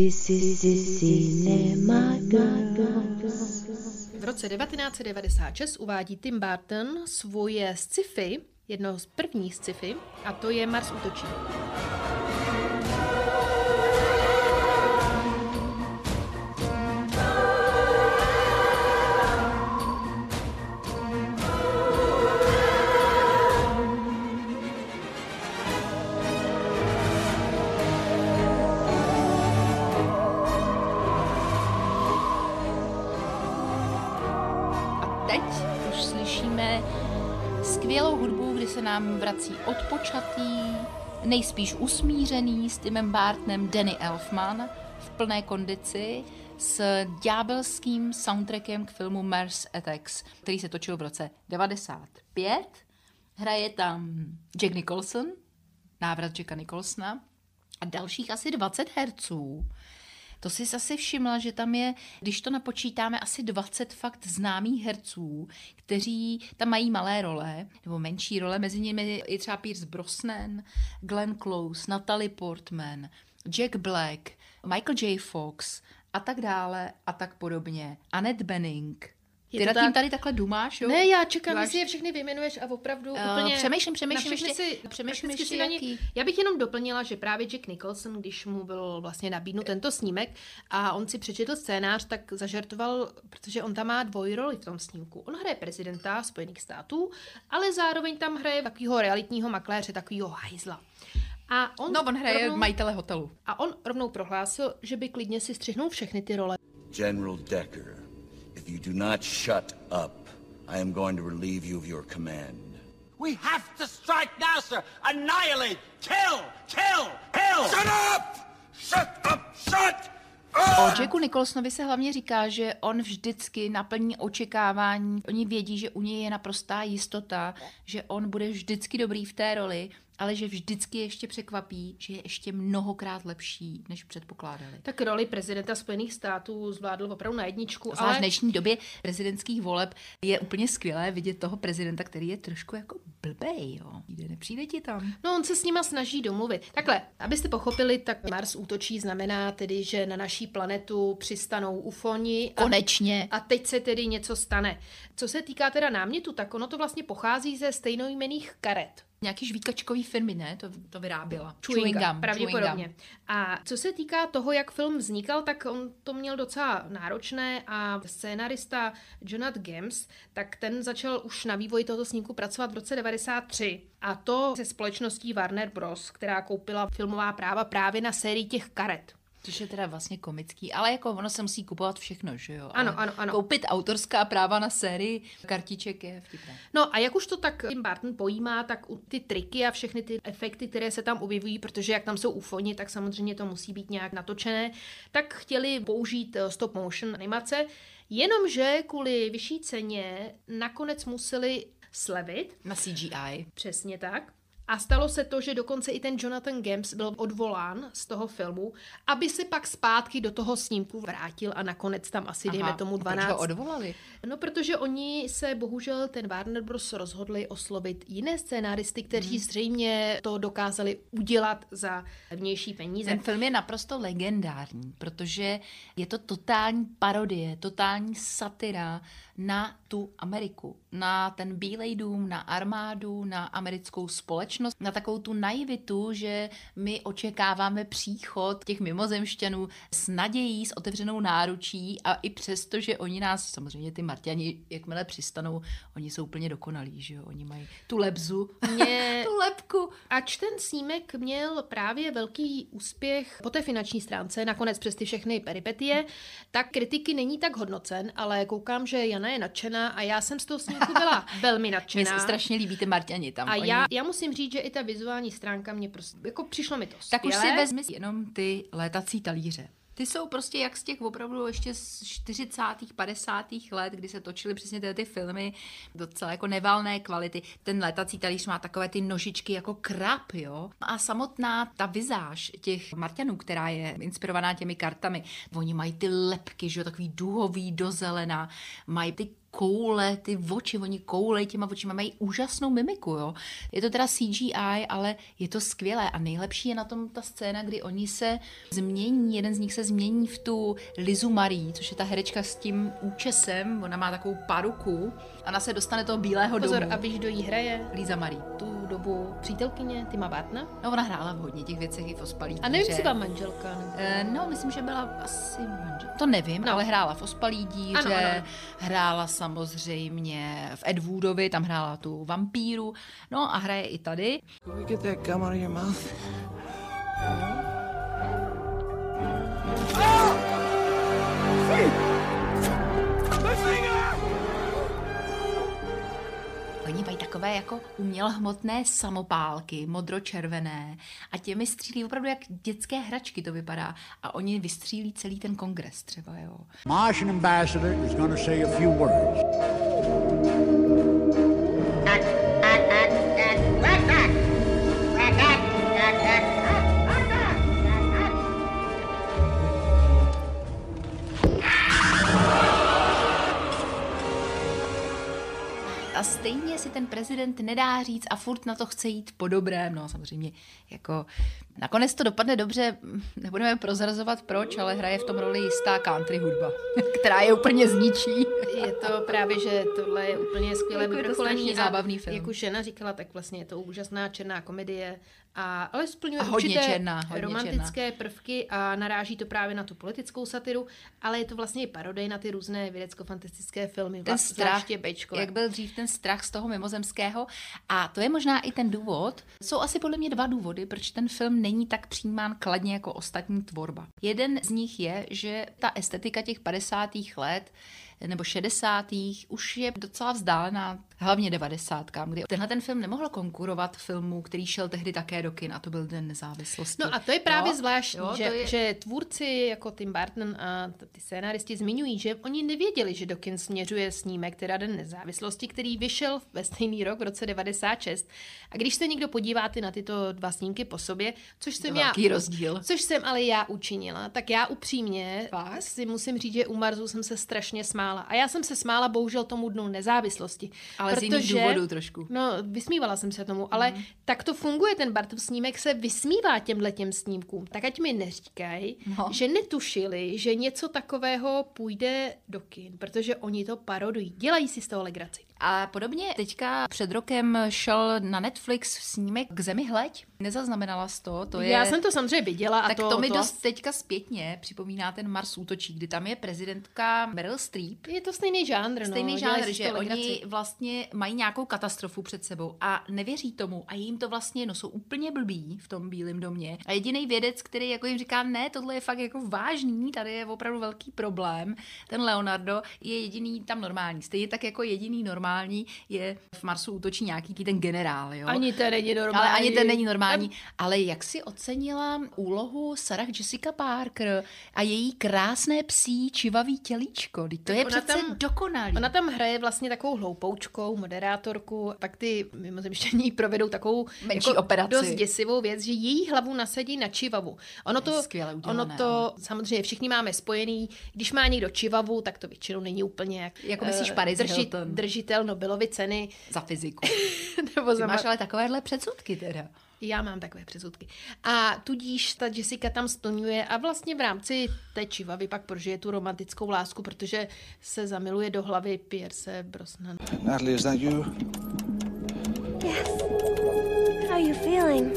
V roce devatenáct set devadesát šest uvádí Tim Burton svoje sci-fi, jedno z prvních sci-fi, a to je Mars útočí. A teď už slyšíme skvělou hudbu, kdy se nám vrací odpočatý, nejspíš usmířený s Timem Burtonem Danny Elfman v plné kondici s ďábelským soundtrackem k filmu Mars Attacks, který se točil v roce devadesát pět Hraje tam Jack Nicholson, návrat Jacka Nicholsona a dalších asi dvacet herců. To jsi asi všimla, že tam je, když to napočítáme, asi dvacet fakt známých herců, kteří tam mají malé role, nebo menší role, mezi nimi je třeba Pierce Brosnan, Glenn Close, Natalie Portman, Jack Black, Michael J. Fox a tak dále a tak podobně. Annette Bening. Ty nad tím tady takhle dumáš, jo? Ne, já čekám, Dumáš... jestli je všechny vyjmenuješ a opravdu uh, úplně... Přemýšlím, přemýšlím ještě, si, přemýšlím ještě si na ně... jaký. Já bych jenom doplnila, že právě Jack Nicholson, když mu byl vlastně nabídnut tento snímek a on si přečetl scénář, tak zažartoval, protože on tam má dvojroli v tom snímku. On hraje prezidenta Spojených států, ale zároveň tam hraje takového realitního makléře, takového hajzla. A on no, on hraje rovnou... majitele hotelu. A on rovnou prohlásil, že by klidně si střihnul všechny ty role. General Decker, if you do not shut up, I am going to relieve you of your command. We have to strike now, sir. Annihilate! Kill! Kill! Kill! Shut up! Shut up! Shut up! O Jacku Nicholsonovi se hlavně říká, že on vždycky naplní očekávání. Oni vědí, že u něj je naprostá jistota, že on bude vždycky dobrý v té roli, ale že vždycky ještě překvapí, že je ještě mnohokrát lepší, než předpokládali. Tak roli prezidenta Spojených států zvládl opravdu na jedničku. Zvlášť ale... v dnešní době prezidentských voleb je úplně skvělé vidět toho prezidenta, který je trošku jako blbej, jo. Jde, nepřijde ti tam. No, on se s nima snaží domluvit. Takhle, abyste pochopili, tak Mars útočí znamená tedy, že na naší planetu přistanou ufoni. A, Konečně. A teď se tedy něco stane. Co se týká teda námětu, tak ono to vlastně pochází ze stejnojmenných karet. Nějaký žvíkačkový firmy, ne? To, to vyráběla. Chewing gum, pravděpodobně. A co se týká toho, jak film vznikal, tak on to měl docela náročné a scénarista Jonathan Gems, tak ten začal už na vývoji tohoto snímku pracovat v roce devadesát tři. A to se společností Warner Bros., která koupila filmová práva právě na sérii těch karet. Což je teda vlastně komický, ale jako ono se musí kupovat všechno, že jo? Ano, ano, ano. Koupit autorská práva na sérii kartiček je vtipné. No a jak už to tak Tim Burton pojímá, tak ty triky a všechny ty efekty, které se tam objevují, protože jak tam jsou ufoni, tak samozřejmě to musí být nějak natočené, tak chtěli použít stop motion animace, jenomže kvůli vyšší ceně nakonec museli slevit. Na C G I. Přesně tak. A stalo se to, že dokonce i ten Jonathan Gems byl odvolán z toho filmu, aby se pak zpátky do toho snímku vrátil a nakonec tam asi, dejme Aha, tomu dvanáct. Proč ho odvolali? No, protože oni se bohužel, ten Warner Bros. Rozhodli oslovit jiné scénáristy, kteří hmm. zřejmě to dokázali udělat za vnější peníze. Ten film je naprosto legendární, protože je to totální parodie, totální satira na tu Ameriku, na ten Bílej dům, na armádu, na americkou společnost, na takovou tu naivitu, že my očekáváme příchod těch mimozemšťanů s nadějí, s otevřenou náručí a i přesto, že oni nás, samozřejmě ty Marťani, jakmile přistanou, oni jsou úplně dokonalí, že jo, oni mají tu lebzu, Mě... tu lebku. Ač ten snímek měl právě velký úspěch po té finanční stránce, nakonec přes ty všechny peripetie, tak kritiky není tak hodnocen, ale koukám, že Jana je nadšená a já jsem z toho snímku byla velmi nadšená. Mně se strašně líbí ty Marťani tam. A oni... já, já musím říct, že i ta vizuální stránka mě prostě, jako přišlo mi to skvělé. Tak už si vezmi jenom ty létací talíře. Ty jsou prostě jak z těch opravdu ještě z čtyřicátých, padesátých let, kdy se točily přesně tyhle ty filmy, docela jako nevalné kvality. Ten létací talíř má takové ty nožičky jako krab, jo. A samotná ta vizáž těch Marťanů, která je inspirovaná těmi kartami, oni mají ty lepky, že jo, takový duhový do zelena, mají ty koule, ty oči, oni koulej těma očima, mají úžasnou mimiku, jo. Je to teda C G I, ale je to skvělé a nejlepší je na tom ta scéna, kdy oni se změní, jeden z nich se změní v tu Lizu Marie, což je ta herečka s tím účesem, ona má takovou paruku a ona se dostane toho bílého domu. Pozor, a víš, kdo jí hraje? Liza Marie. Tu dobu přítelkyně Tima Burtona? No, ona hrála v hodně těch věcech i v Ospalí díře. A nevím, jestli byla manželka. Nebo... E, no, myslím, že byla asi manželka. To nevím, no. Ale hrála v Ospalí díře, ano, ano, ano. hrála samozřejmě v Ed Woodovi, tam hrála tu vampíru, no a hraje i tady. Can we get that gum out of your mouth? Oni mají takové jako umělohmotné samopálky, modročervené a těmi střílí opravdu jak dětské hračky to vypadá a oni vystřílí celý ten kongres třeba, jo. Martian ambassador is going to say a few words. stejně si ten prezident nedá říct a furt na to chce jít po dobrém. No samozřejmě jako nakonec to dopadne dobře, nebudeme prozrazovat proč, ale hraje v tom roli jistá country hudba, která je úplně zničí. Je to právě, že tohle je úplně skvělé vyvrcholení. Zábavný film. Jak už žena říkala, tak vlastně je to úžasná černá komedie, a, ale splňuje a hodně určité černá, hodně romantické černá. prvky a naráží to právě na tu politickou satiru, ale je to vlastně i parodej na ty různé vědecko-fantastické filmy. Ten strach, Bčkové. jak byl dřív ten strach z toho mimozemského. A to je možná i ten důvod, jsou asi podle mě dva důvody, proč ten film není tak přijímán kladně jako ostatní tvorba. Jeden z nich je, že ta estetika těch padesátých let nebo šedesátých už je docela vzdálená, hlavně devadesátkám, kdy tenhle ten film nemohl konkurovat filmu, který šel tehdy také do kin, a to byl Den nezávislosti. No a to je právě jo? zvláštní, jo, že, je... že tvůrci jako Tim Burton a ty scénáristi zmiňují, že oni nevěděli, že do kin směřuje snímek, teda Den nezávislosti, který vyšel ve stejný rok v roce devadesát šest. A když se někdo podíváte na tyto dva snímky po sobě, což jsem já, rozdíl. což jsem ale já učinila, tak já upřímně Fakt? si musím říct, že u Marzu jsem se strašně smála. A já jsem se smála bohužel tomu Dnu nezávislosti. Ale protože, z jiných důvodů trošku. No, vysmívala jsem se tomu, ale mm. tak to funguje, ten Bartův snímek se vysmívá těmhle těm snímkům. Tak ať mi neříkají, no. že netušili, že něco takového půjde do kin, protože oni to parodují. Dělají si z toho legraci. A podobně teďka před rokem šel na Netflix snímek K zemi hleď. Nezaznamenala jsi to? to je... Já jsem to samozřejmě viděla. A tak to, to mi to... dost teďka zpětně připomíná ten Mars útočí, kdy tam je prezidentka Meryl Streep. Je to stejný žánr. Stejný no. žánr, že oni vlastně mají nějakou katastrofu před sebou a nevěří tomu a jim to vlastně, no jsou úplně blbí v tom Bílém domě. A jediný vědec, který jako jim říká, ne, tohle je fakt jako vážný, tady je opravdu velký problém. Ten Leonardo je jediný tam normální. Stejně tak jako jediný normální je v Marsu útočí nějaký ten generál, jo. Ani ten není normální. Ale ani ten není normální. Ale jak si ocenila úlohu Sarah Jessica Parker a její krásné psí čivavý tělíčko? To je přece tam, dokonalý. Ona tam hraje vlastně takovou hloupoučkou, moderátorku, pak ty mimozemšťaní provedou takovou menší jako operaci. Dost děsivou věc, že její hlavu nasadí na čivavu. Ono to, udělané, ono to samozřejmě všichni máme spojený, když má někdo čivavu, tak to většinou není úplně jak, jako myslíš Paris drži, Hilton. držitel Nobelovy ceny. Za fyziku. Nebo Ty za máš ale takovéhle předsudky teda. Já mám takové předsudky. A tudíž ta Jessica tam splňuje a vlastně v rámci té čivavy pak prožije tu romantickou lásku, protože se zamiluje do hlavy Pierce Brosnan. Natalie, is that you? Yes. How are you feeling?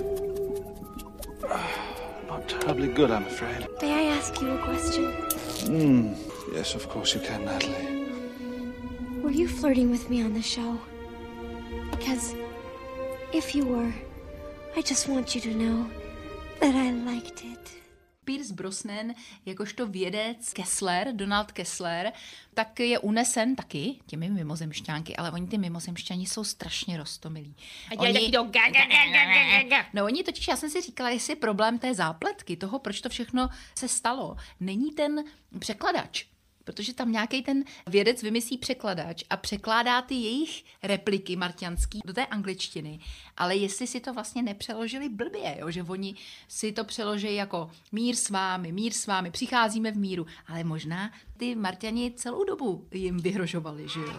Not terribly good, I'm afraid. May I ask you a question? Hmm. Yes, of course you can, Natalie. Were you flirting with me on the show? Because if you were, I just want you to know that I liked it. Pierce Brosnan, jakožto vědec Kessler, Donald Kessler, tak je unesen taky těmi mimozemšťánky, ale oni ty mimozemšťani jsou strašně roztomilí. A dělají taky to ga, ga, ga, ga, ga, ga. No oni totiž, já jsem si říkala, jestli je problém té zápletky, toho, proč to všechno se stalo, není ten překladač. Protože tam nějaký ten vědec vymyslí překladač a překládá ty jejich repliky marťanský do té angličtiny. Ale jestli si to vlastně nepřeložili blbě, jo? Že oni si to přeloží jako mír s vámi, mír s vámi, přicházíme v míru. Ale možná ty Marťani celou dobu jim vyhrožovali, že jo?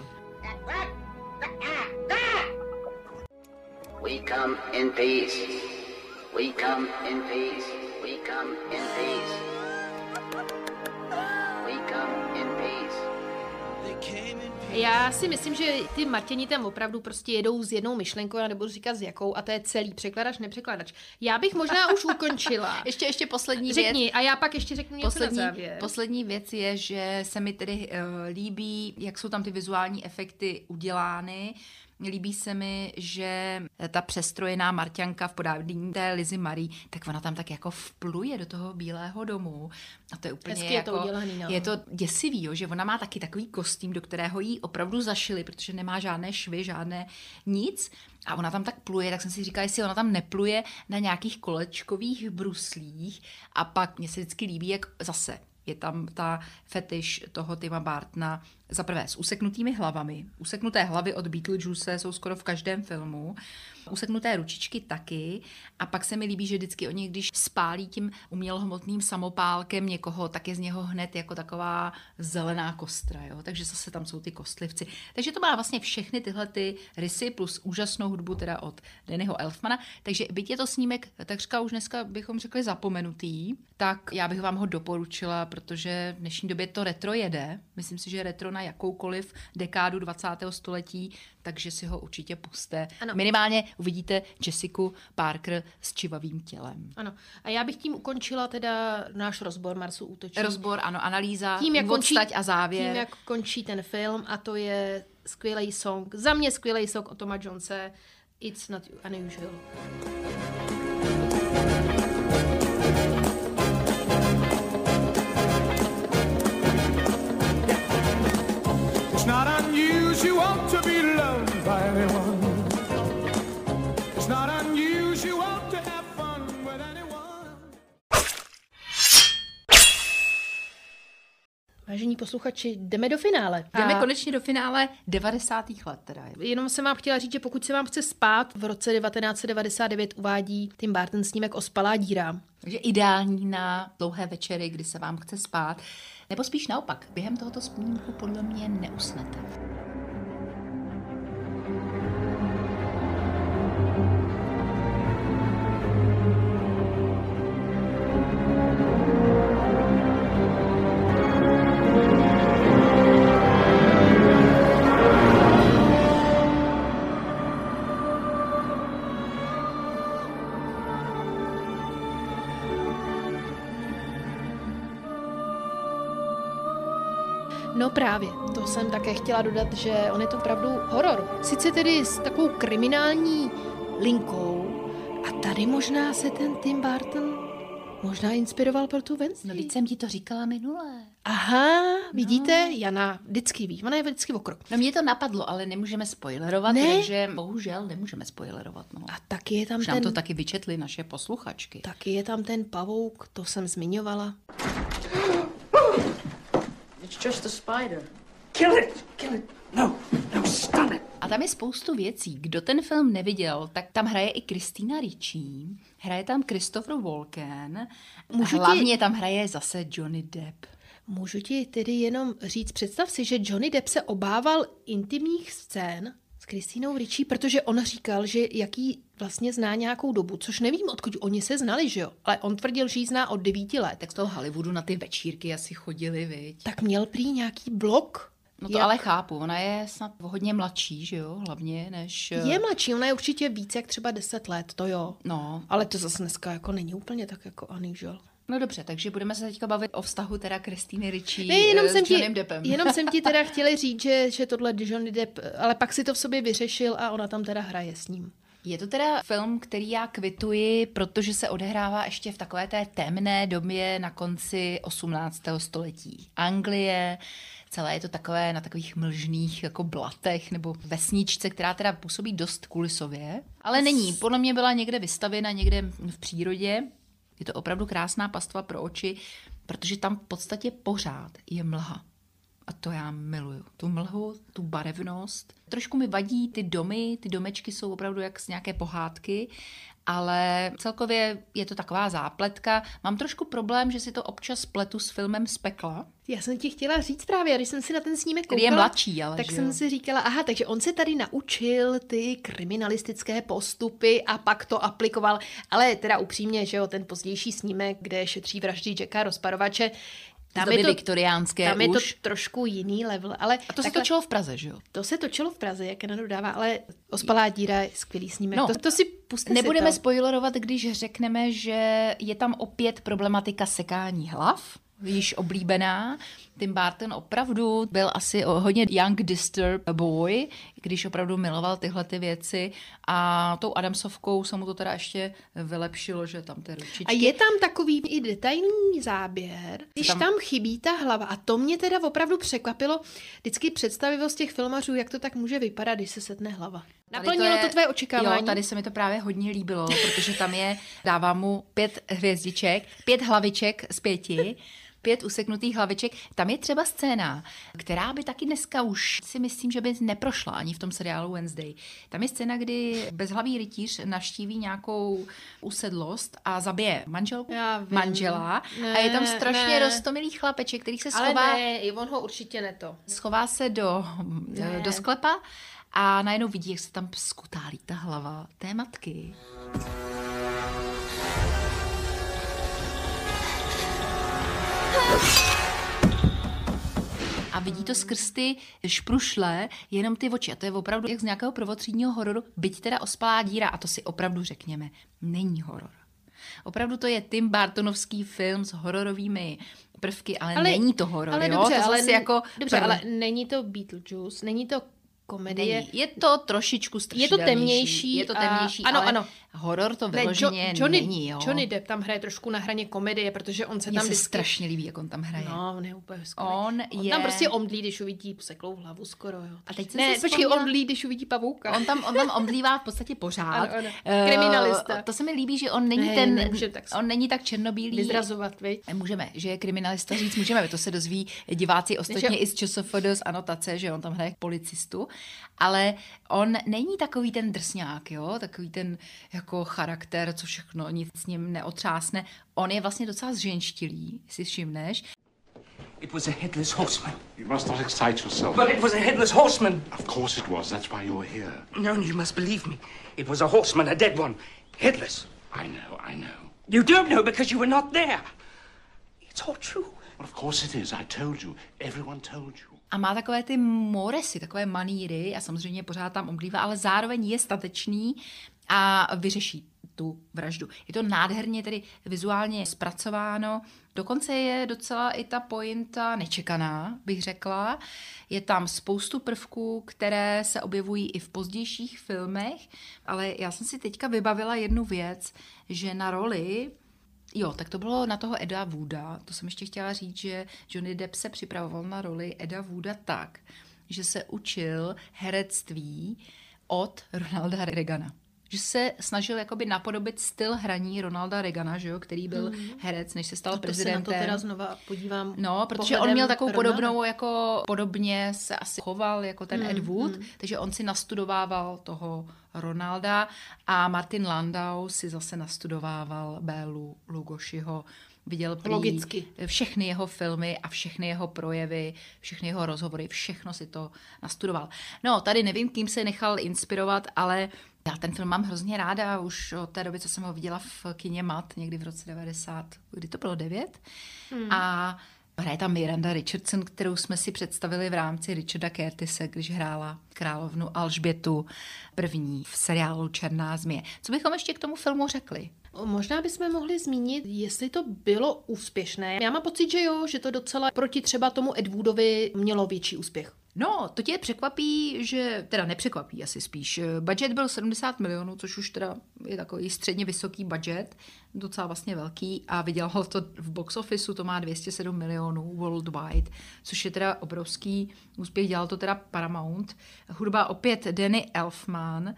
We come in peace. We come in peace. We come in peace. Já si myslím, že ty Martěni tam opravdu prostě jedou s jednou myšlenkou, já nebudu říkat s jakou, a to je celý překladač, nepřekladač. Já bych možná už ukončila. ještě, ještě poslední Řekni, věc. a já pak ještě řeknu něco poslední, na závěr. Poslední věc je, že se mi tedy uh, líbí, jak jsou tam ty vizuální efekty udělány. Líbí se mi, že ta přestrojená Marťanka v podání té Lizy Marie, tak ona tam tak jako vpluje do toho Bílého domu. A to je úplně Hezky jako... je to udělaný, no. Je to děsivý, jo, že ona má taky takový kostým, do kterého jí opravdu zašili, protože nemá žádné švy, žádné nic. A ona tam tak pluje, tak jsem si říkala, jestli ona tam nepluje na nějakých kolečkových bruslích. A pak mně se vždycky líbí, jak zase je tam ta fetiš toho Tima Burtona Za prvé s useknutými hlavami. Useknuté hlavy od Beetlejuice jsou skoro v každém filmu. Useknuté ručičky taky. A pak se mi líbí, že vždycky oni, když spálí tím umělohmotným samopálkem někoho, tak je z něho hned jako taková zelená kostra. Jo? Takže zase tam jsou ty kostlivci. Takže to má vlastně všechny tyhle ty rysy plus úžasnou hudbu teda od Dannyho Elfmana. Takže byť je to snímek takřka už dneska bychom řekli zapomenutý, tak já bych vám ho doporučila, protože v dnešní době to retro jede. Myslím si, že retro na jakoukoliv dekádu dvacátého století, takže si ho určitě puste. Ano. Minimálně uvidíte Jessiku Parker s čivavým tělem. Ano. A já bych tím ukončila teda náš rozbor Marsu útočí. Rozbor, ano, analýza, tím, jak končí, a závěr. Tím, jak končí ten film, a to je skvělý song, za mě skvělý song od Toma Jonese, It's Not Unusual. It's not unusual to be loved by anyone. It's not unusual to have fun with anyone. Vážení posluchači, jdeme do finále. Jdeme a... konečně do finále devadesátých let. Teda. Jenom jsem vám chtěla říct, že pokud se vám chce spát, v roce devatenáct set devadesát devět uvádí Tim Burton snímek Ospalá díra. Takže ideální na dlouhé večery, kdy se vám chce spát. Nebo spíš naopak, během tohoto snímku podle mě neusnete. No právě, to jsem také chtěla dodat, že on je to opravdu horor. Sice tedy s takovou kriminální linkou a tady možná se ten Tim Burton možná inspiroval pro tu Wednesday. No teď jsem ti to říkala minule. Aha, vidíte, no. Jana vždycky ví, ona je vždycky o krok. No mě to napadlo, ale nemůžeme spoilerovat, ne? takže bohužel nemůžeme spoilerovat. No. A taky je tam Už ten... nám to taky vyčetli naše posluchačky. Taky je tam ten pavouk, to jsem zmiňovala. It's just a spider. Kill it! Kill it! No, no, stop it! A tam je spoustu věcí. Kdo ten film neviděl, tak tam hraje i Christina Ricci, hraje tam Christopher Walken, Můžu hlavně ti... tam hraje zase Johnny Depp. Můžu ti tedy jenom říct, představ si, že Johnny Depp se obával intimních scén s Christinou Ricci, protože on říkal, že jaký vlastně zná nějakou dobu, což nevím, odkud oni se znali, že jo? Ale on tvrdil, že ji zná od devíti let. Tak z toho Hollywoodu na ty večírky asi chodili, viď? Tak měl prý nějaký blog. No to jak... ale chápu, ona je snad hodně mladší, že jo, hlavně než... Je mladší, ona je určitě víc jak třeba deset let, to jo. No. Ale to zase dneska jako není úplně tak jako unusual. No dobře, takže budeme se teďka bavit o vztahu teda Christiny Ricci ne, jenom s jsem Johnnym ti, Deppem. Jenom jsem ti teda chtěla říct, že, že tohle Johnny Depp, ale pak si to v sobě vyřešil a ona tam teda hraje s ním. Je to teda film, který já kvituji, protože se odehrává ještě v takové té temné době na konci osmnáctého století. Anglie, celé je to takové na takových mlžných jako blatech nebo vesničce, která teda působí dost kulisově, ale není. Podle mě byla někde vystavěna, někde v přírodě. Je to opravdu krásná pastva pro oči, protože tam v podstatě pořád je mlha. A to já miluju. Tu mlhu, tu barevnost. Trošku mi vadí ty domy, ty domečky jsou opravdu jak z nějaké pohádky, ale celkově je to taková zápletka. Mám trošku problém, že si to občas pletu s filmem Z pekla. Já jsem ti chtěla říct právě, když jsem si na ten snímek koukala, je mladší, ale tak že jsem jo? si říkala, aha, takže on se tady naučil ty kriminalistické postupy a pak to aplikoval. Ale teda upřímně, že jo, ten pozdější snímek, kde šetří vraždy Jacka Rozparovače, tam je to viktoriánské tam je to už. trošku jiný level. Ale a to takhle, se točilo v Praze, že jo? To se točilo v Praze, jak Jana dodává, ale Ospalá díra je skvělý snímek. No, to, to si puste nebudeme si to. spoilerovat, když řekneme, že je tam opět problematika sekání hlav, již oblíbená. Tim Burton opravdu byl asi hodně young disturbed boy, když opravdu miloval tyhle ty věci a tou Adamsovkou se mu to teda ještě vylepšilo, že tam ty ručičky. A je tam takový i detailní záběr, když tam... tam chybí ta hlava a to mě teda opravdu překvapilo vždycky představivost těch filmařů, jak to tak může vypadat, když se setne hlava. Naplnilo to, je, to tvoje očekávání? Jo, tady se mi to právě hodně líbilo, protože tam je, dávám mu pět hvězdiček, pět hlaviček z pěti. pět useknutých hlaviček. Tam je třeba scéna, která by taky dneska už si myslím, že by neprošla ani v tom seriálu Wednesday. Tam je scéna, kdy bezhlavý rytíř navštíví nějakou usedlost a zabije manželku, manžela ne, a je tam strašně ne. roztomilý chlapeček, který se Ale schová... ne, on ho určitě neto. Schová se do, Ne. do sklepa a najednou vidí, jak se tam skutálí ta hlava té matky. A vidí to skrz ty šprušle, jenom ty oči. A to je opravdu jak z nějakého prvotřídního hororu, byť teda ospalá díra. A to si opravdu řekněme, není horor. Opravdu to je Tim Burtonovský film s hororovými prvky, ale, ale není to horor, ale jo? Dobře, to ale, zase jako dobře, ale není to Beetlejuice, není to komedie. Není. Je to trošičku strašidelnější. Je to temnější. Je to temnější, a, ano, ale ano. horor to Ne, vyloženě Jo- Johnny, není, jo. Johnny Depp tam hraje trošku na hraně komedie, protože on se Mně tam se vždycky... strašně líbí, jak on tam hraje. No, on je úplně skvělý. On, on je... tam prostě omdlí, když uvidí seklou hlavu skoro, jo. A teď jsem ne, si počkej, vzpomněla- omdlí, když uvidí pavouka. On tam, on tam omdlívá v podstatě pořád. Ano, ano. Eh, Kriminalista. To se mi líbí, že on není Ne, ten, nemůže tak on není tak černobílý. vyzrazovat, viď? Můžeme, že je kriminalista říct, můžeme, to se dozví diváci ostatně Že- i z ČSFD z anotace, že on tam hraje policistu, ale on není takový ten drsňák, jo, takový ten jako charakter, co všechno, nic s ním neotřásne. On je vlastně docela zženštilý, si všimneš. It was a headless horseman. You must not excite yourself. But it was a headless horseman. Of course it was. That's why you're here. No, you must believe me. It was a horseman, a dead one. Headless. I know, I know. You don't know because you were not there. It's all true. Well, of course it is. I told you. Everyone told you. A má takové ty moresy, takové maníry a samozřejmě pořád tam omdlívá, ale zároveň je statečný a vyřeší tu vraždu. Je to nádherně tedy vizuálně zpracováno, dokonce je docela i ta pointa nečekaná, bych řekla. Je tam spoustu prvků, které se objevují i v pozdějších filmech, ale já jsem si teďka vybavila jednu věc, že na roli... Jo, tak to bylo na toho Eda Wooda. To jsem ještě chtěla říct, že Johnny Depp se připravoval na roli Eda Wooda tak, že se učil herectví od Ronalda Reagana. Že se snažil jakoby napodobit styl hraní Ronalda Reagana, že jo, který byl Mhm. herec, než se stal No to prezidentem. se na to teda znova podívám. No, protože on pohledem měl takovou Ronalda. podobnou, jako podobně se asi choval jako ten Mm, Ed Wood, mm. takže on si nastudovával toho Ronalda a Martin Landau si zase nastudovával Bélu Lugosiho. Viděl prý Logicky. všechny jeho filmy a všechny jeho projevy, všechny jeho rozhovory, všechno si to nastudoval. No, tady nevím, kým se nechal inspirovat, ale já ten film mám hrozně ráda už od té doby, co jsem ho viděla v kině Mat, někdy v roce devadesát, kdy to bylo devět. Hmm. A hraje tam Miranda Richardson, kterou jsme si představili v rámci Richarda Curtise, když hrála královnu Alžbětu první v seriálu Černá zmije. Co bychom ještě k tomu filmu řekli? Možná bychom mohli zmínit, jestli to bylo úspěšné. Já mám pocit, že jo, že to docela proti třeba tomu Ed Woodovi mělo větší úspěch. No, to tě překvapí, že, teda nepřekvapí asi spíš. Budget byl sedmdesát milionů, což už teda je takový středně vysoký budget, docela vlastně velký a vydělalo to v box officeu, to má dvě stě sedm milionů worldwide, což je teda obrovský úspěch, dělal to teda Paramount. Hudba opět Danny Elfman,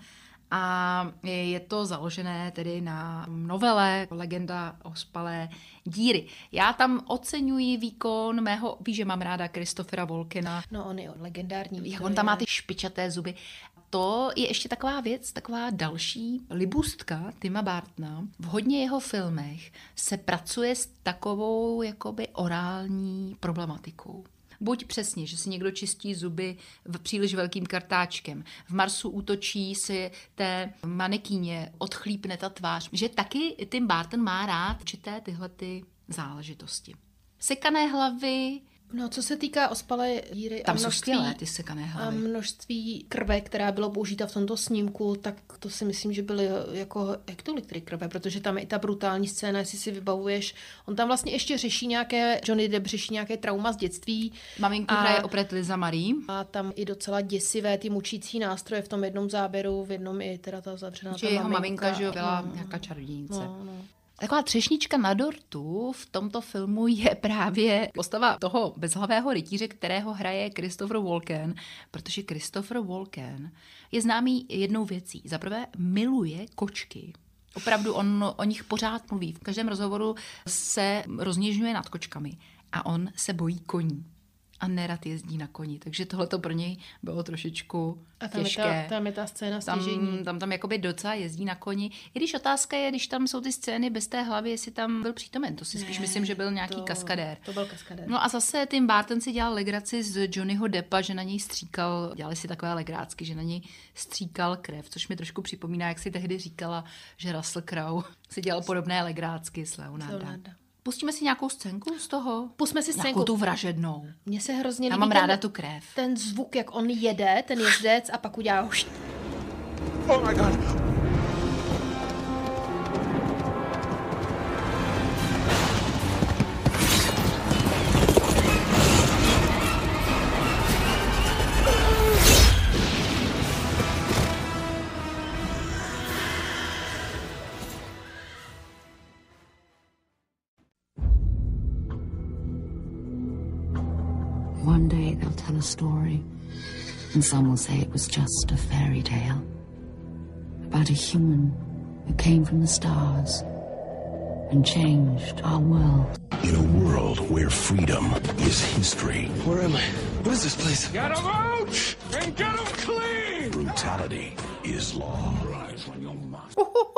a je to založené tedy na novele Legenda ospalé díry. Já tam oceňuji výkon mého, víš, že mám ráda Christophera Walkena. No, on je legendární. Jak on tam má ty špičaté zuby. To je ještě taková věc, taková další libůstka Tima Burtona. V hodně jeho filmech se pracuje s takovou jakoby orální problematikou. Buď přesně, že si někdo čistí zuby v příliš velkým kartáčkem. V Marsu útočí si té manekíně, odchlípne ta tvář. Že taky Tim Burton má rád určité tyhle ty záležitosti. Sekané hlavy. No, co se týká ospalé díry Tam a jsou množství, skvělé ty sekané a hlavy. množství krve, která bylo použita v tomto snímku, tak to si myslím, že byly jako hektolitry krve, protože tam je i ta brutální scéna, jestli si vybavuješ. On tam vlastně ještě řeší nějaké, Johnny Depp řeší nějaké trauma z dětství. Maminku hraje opět Liza Marie. A tam i docela děsivé ty mučící nástroje v tom jednom záběru, v jednom i teda ta zavřená Že ta jeho maminka. maminka, že jo, byla No, nějaká čarodějnice. no, no. Taková třešnička na dortu v tomto filmu je právě postava toho bezhlavého rytíře, kterého hraje Christopher Walken, protože Christopher Walken je známý jednou věcí. Za prvé miluje kočky. Opravdu on o nich pořád mluví. V každém rozhovoru se rozněžňuje nad kočkami a on se bojí koní. A nerad jezdí na koni, takže tohle to pro něj bylo trošičku a tam těžké. Je ta, tam je ta scéna stěžení. Tam, tam, tam jakoby docela jezdí na koni. I když otázka je, když tam jsou ty scény bez té hlavy, jestli tam byl přítomen. To si spíš ne, myslím, že byl nějaký to, kaskadér. To byl kaskadér. No a zase Tim Burton si dělal legraci z Johnnyho Deppa, že na něj stříkal, dělali si takové legrácky, že na něj stříkal krev, což mi trošku připomíná, jak si tehdy říkala, že Russell Crowe si dělal podobné legrácky s Leonarda. Pustíme si nějakou scénku z toho? Pusme si scénku. Nějakou tu vražednou. Mně se hrozně líbí. Já mám ráda ten, tu krev. Ten zvuk, jak on jede, ten jezdec a pak udělá už. Oh my God. One day they'll tell a story, and some will say it was just a fairy tale about a human who came from the stars and changed our world. In a world where freedom is history. Where am I? What is this place? Get him out and get him clean! Brutality is law. Rise when you must.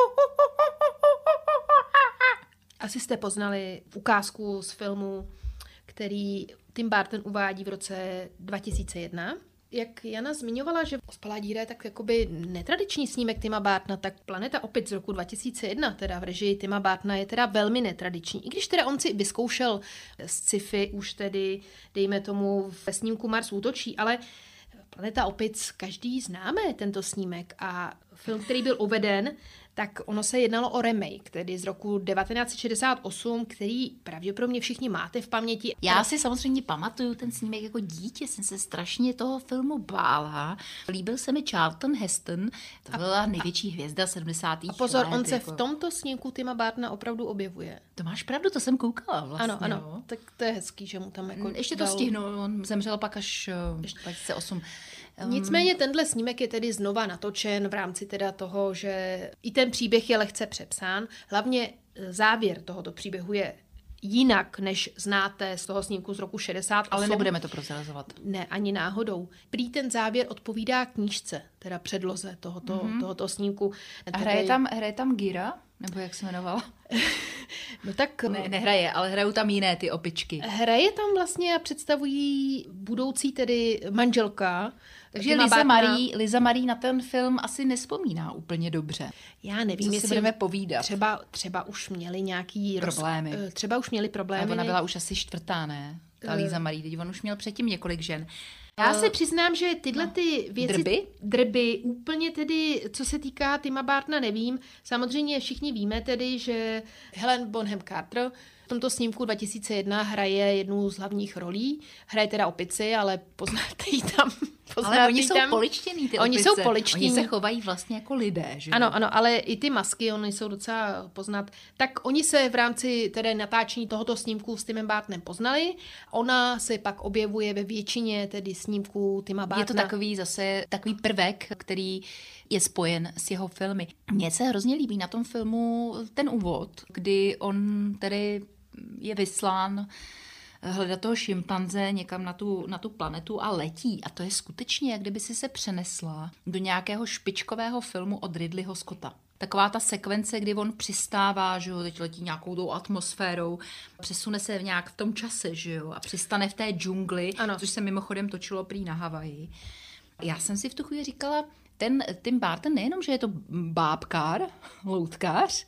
Asi jste poznali ukázku z filmu, který Tim Burton uvádí v roce dva tisíce jedna. Jak Jana zmiňovala, že Ospalá díra je tak jakoby netradiční snímek Tima Burtona, tak Planeta opic z roku dva tisíce jedna, teda v režii Tima Burtona, je teda velmi netradiční. I když teda on si vyzkoušel sci-fi už tedy, dejme tomu, ve snímku Mars útočí, ale Planeta opic, každý známe tento snímek a film, který byl uveden, tak ono se jednalo o remake, tedy z roku devatenáct set šedesát osm, který pravděpodobně všichni máte v paměti. Já si samozřejmě pamatuju ten snímek jako dítě, jsem se strašně toho filmu bála. Líbil se mi Charlton Heston, to byla největší hvězda sedmdesátých let. A pozor, on se jako... v tomto snímku Tima Burtona opravdu objevuje. To máš pravdu, to jsem koukala vlastně. Ano, ano, jo. Tak to je hezký, že mu tam jako Ještě to dal... stihnu, on zemřel pak až dva tisíce osm. Nicméně tenhle snímek je tedy znova natočen v rámci teda toho, že i ten příběh je lehce přepsán. Hlavně závěr tohoto příběhu je jinak, než znáte z toho snímku z roku šedesát osm. Ale nebudeme to prozrazovat. Ne, ani náhodou. Prý ten závěr odpovídá knížce, teda předloze tohoto, mm-hmm. tohoto snímku. A hraje tam, hraje tam Gira? Nebo jak se jmenovala? No tak... Ne, nehraje, ale hrajou tam jiné ty opičky. Hraje tam vlastně a představují budoucí tedy manželka. Takže Liza Marie, Liza Marie na ten film asi nespomíná úplně dobře. Já nevím, co jestli si budeme povídat. Třeba, třeba už měli nějaký... Problémy. Roz, třeba už měli problémy. A ona byla už asi čtvrtá, ne? Ta Liza Marie, teď on už měl předtím několik žen. Já se přiznám, že tyhle no. ty věci... Drby? Drby, úplně tedy, co se týká Tima Burtona, nevím. Samozřejmě všichni víme tedy, že Helen Bonham Carter v tomto snímku dva tisíce jedna hraje jednu z hlavních rolí. Hraje teda opici, ale poznáte ji tam. Poznáte Ale oni jsou tam. poličtěný, ty Oni opice. jsou poličtění. Oni se chovají vlastně jako lidé, že? Ano, ano, ale i ty masky, oni jsou docela poznat. Tak oni se v rámci tedy natáčení tohoto snímku s Timem Burtonem poznali. Ona se pak objevuje ve většině tedy snímků Tima Burtona. Je to takový zase takový prvek, který je spojen s jeho filmy. Mně se hrozně líbí na tom filmu ten úvod, kdy on tedy je vyslán hledat toho šimpanze někam na tu, na tu planetu a letí. A to je skutečně, jak kdyby si se přenesla do nějakého špičkového filmu od Ridleyho Scotta. Taková ta sekvence, kdy on přistává, že jo, teď letí nějakou tou atmosférou, přesune se v nějak v tom čase, že jo, a přistane v té džungli, ano. Což se mimochodem točilo prý na Havaji. Já jsem si v tu chvíli říkala, ten Tim Burton nejenom, že je to bábkár, loutkář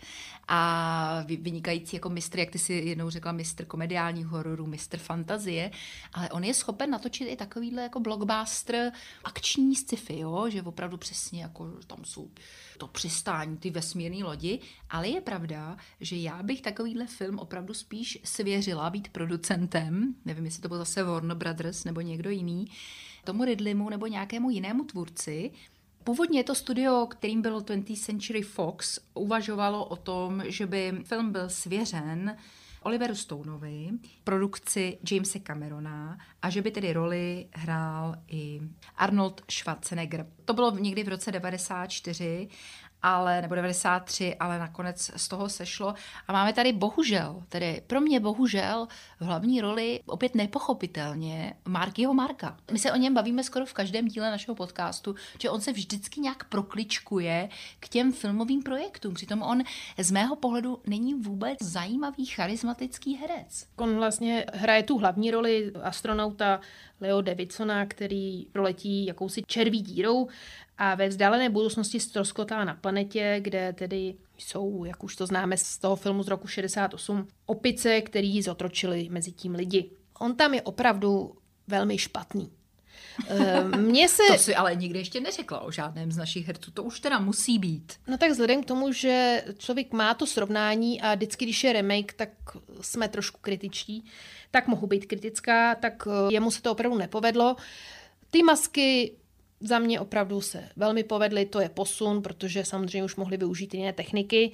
a vynikající jako mistr, jak ty si jednou řekla, mistr komediálních hororů, mistr fantazie, ale on je schopen natočit i takovýhle jako blockbuster akční sci-fi, jo? Že opravdu přesně jako tam jsou to přistání, ty vesmírné lodi, ale je pravda, že já bych takovýhle film opravdu spíš svěřila být producentem, nevím, jestli to byl zase Warner Brothers nebo někdo jiný, tomu Ridleymu nebo nějakému jinému tvůrci. Původně to studio, kterým bylo twentieth Century Fox, uvažovalo o tom, že by film byl svěřen Oliveru Stoneovi, produkci Jamese Camerona a že by tedy roli hrál i Arnold Schwarzenegger. To bylo někdy v roce devadesát čtyři ale, nebo devadesát tři, ale nakonec z toho sešlo. A máme tady bohužel, tedy pro mě bohužel v hlavní roli opět nepochopitelně Markyho Marka. My se o něm bavíme skoro v každém díle našeho podcastu, že on se vždycky nějak prokličkuje k těm filmovým projektům. Přitom on z mého pohledu není vůbec zajímavý, charismatický herec. On vlastně hraje tu hlavní roli astronauta Leo Davidsona, který proletí jakousi červí dírou a ve vzdálené budoucnosti ztroskotá na planetě, kde tedy jsou, jak už to známe z toho filmu z roku šedesát osm, opice, který zotročili mezi tím lidi. On tam je opravdu velmi špatný. Mně se... To si ale nikdy ještě neřekla o žádném z našich herců, to už teda musí být. No tak vzhledem k tomu, že člověk má to srovnání a vždycky, když je remake, tak jsme trošku kritičtí, tak mohu být kritická, tak jemu se to opravdu nepovedlo. Ty masky za mě opravdu se velmi povedly, to je posun, protože samozřejmě už mohli využít jiné techniky.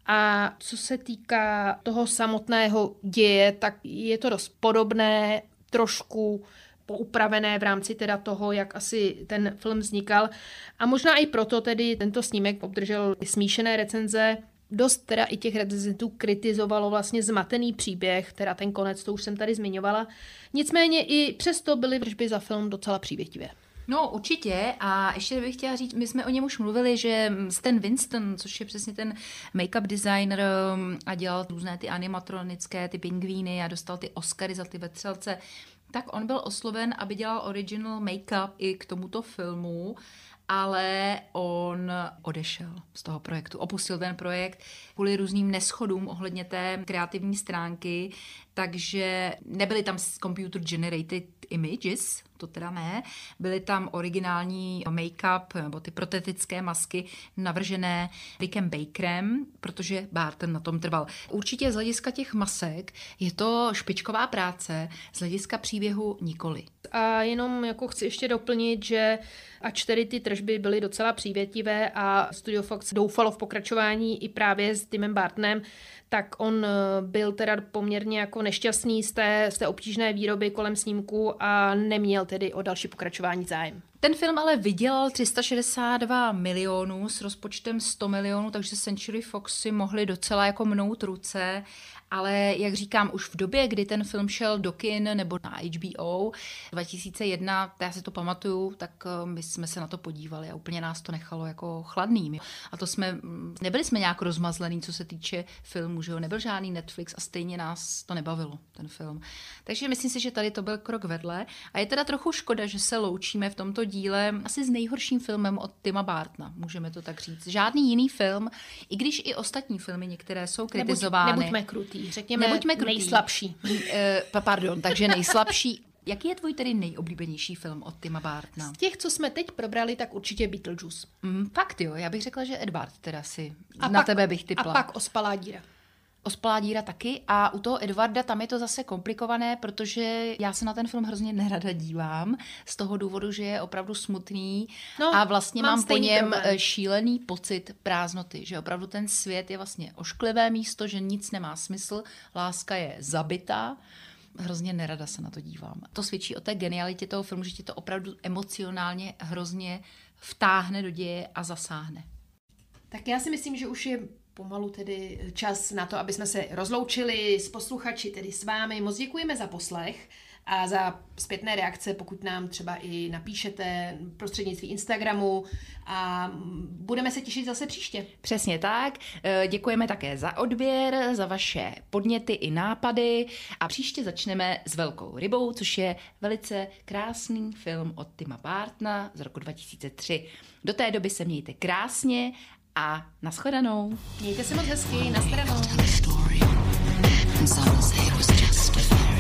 A co se týká toho samotného děje, tak je to dost podobné, trošku poupravené v rámci teda toho, jak asi ten film vznikal. A možná i proto tedy tento snímek obdržel smíšené recenze. Dost teda i těch recenzentů kritizovalo vlastně zmatený příběh, teda ten konec, to už jsem tady zmiňovala. Nicméně i přesto byly tržby za film docela přívětivé. No určitě a ještě bych chtěla říct, my jsme o něm už mluvili, že Stan Winston, což je přesně ten make-up designer a dělal různé ty animatronické, ty pingvíny a dostal ty Oscary za ty vetřelce, tak on byl osloven, aby dělal original make-up i k tomuto filmu, ale on odešel z toho projektu, opustil ten projekt kvůli různým neschodům ohledně té kreativní stránky, takže nebyly tam computer generated images, to teda ne, byly tam originální make-up nebo ty protetické masky navržené Rickem Bakerem, protože Barton na tom trval. Určitě z hlediska těch masek je to špičková práce, z hlediska příběhu nikoli. A jenom jako chci ještě doplnit, že ač tedy ty tržby byly docela přívětivé a Studio Fox doufalo v pokračování i právě s Timem Bartonem, tak on byl teda poměrně jako nešťastný z té, z té obtížné výroby kolem snímku a neměl tedy o další pokračování zájem. Ten film ale vydělal tři sta šedesát dva milionů s rozpočtem sto milionů, takže Century Fox si mohli docela jako mnout ruce, ale jak říkám, už v době, kdy ten film šel do kin nebo na H B O dva tisíce jedna, já si to pamatuju, tak my jsme se na to podívali a úplně nás to nechalo jako chladný. A to jsme, nebyli jsme nějak rozmazlený, co se týče filmu, že jo, nebyl žádný Netflix a stejně nás to nebavilo, ten film. Takže myslím si, že tady to byl krok vedle a je teda trochu škoda, že se loučíme v tomto díle asi s nejhorším filmem od Tima Bartona, můžeme to tak říct. Žádný jiný film, i když i ostatní filmy některé jsou kritizovány. Nebuď, nebuďme krutý, řekněme Nebuďme krutý. nejslabší. Uh, pardon, takže nejslabší. Jaký je tvůj tedy nejoblíbenější film od Tima Bartona? Z těch, co jsme teď probrali, tak určitě Beetlejuice. Mm, fakt jo, já bych řekla, že Edward teda si a na pak, tebe bych typla. A pak Ospalá díra. Ospalá díra taky a u toho Edwarda tam je to zase komplikované, protože já se na ten film hrozně nerada dívám z toho důvodu, že je opravdu smutný no, a vlastně mám, mám po něm problém. šílený pocit prázdnoty, že opravdu ten svět je vlastně ošklivé místo, že nic nemá smysl, láska je zabitá. Hrozně nerada se na to dívám. To svědčí o té genialitě toho filmu, že tě to opravdu emocionálně hrozně vtáhne do děje a zasáhne. Tak já si myslím, že už je pomalu tedy čas na to, aby jsme se rozloučili s posluchači, tedy s vámi. Moc děkujeme za poslech a za zpětné reakce, pokud nám třeba i napíšete prostřednictvím Instagramu a budeme se těšit zase příště. Přesně tak. Děkujeme také za odběr, za vaše podněty i nápady a příště začneme s Velkou rybou, což je velice krásný film od Tima Bartona z roku dva tisíce tři. Do té doby se mějte krásně a nashledanou. Mějte se moc hezky, nashledanou. And some say it was just a fairy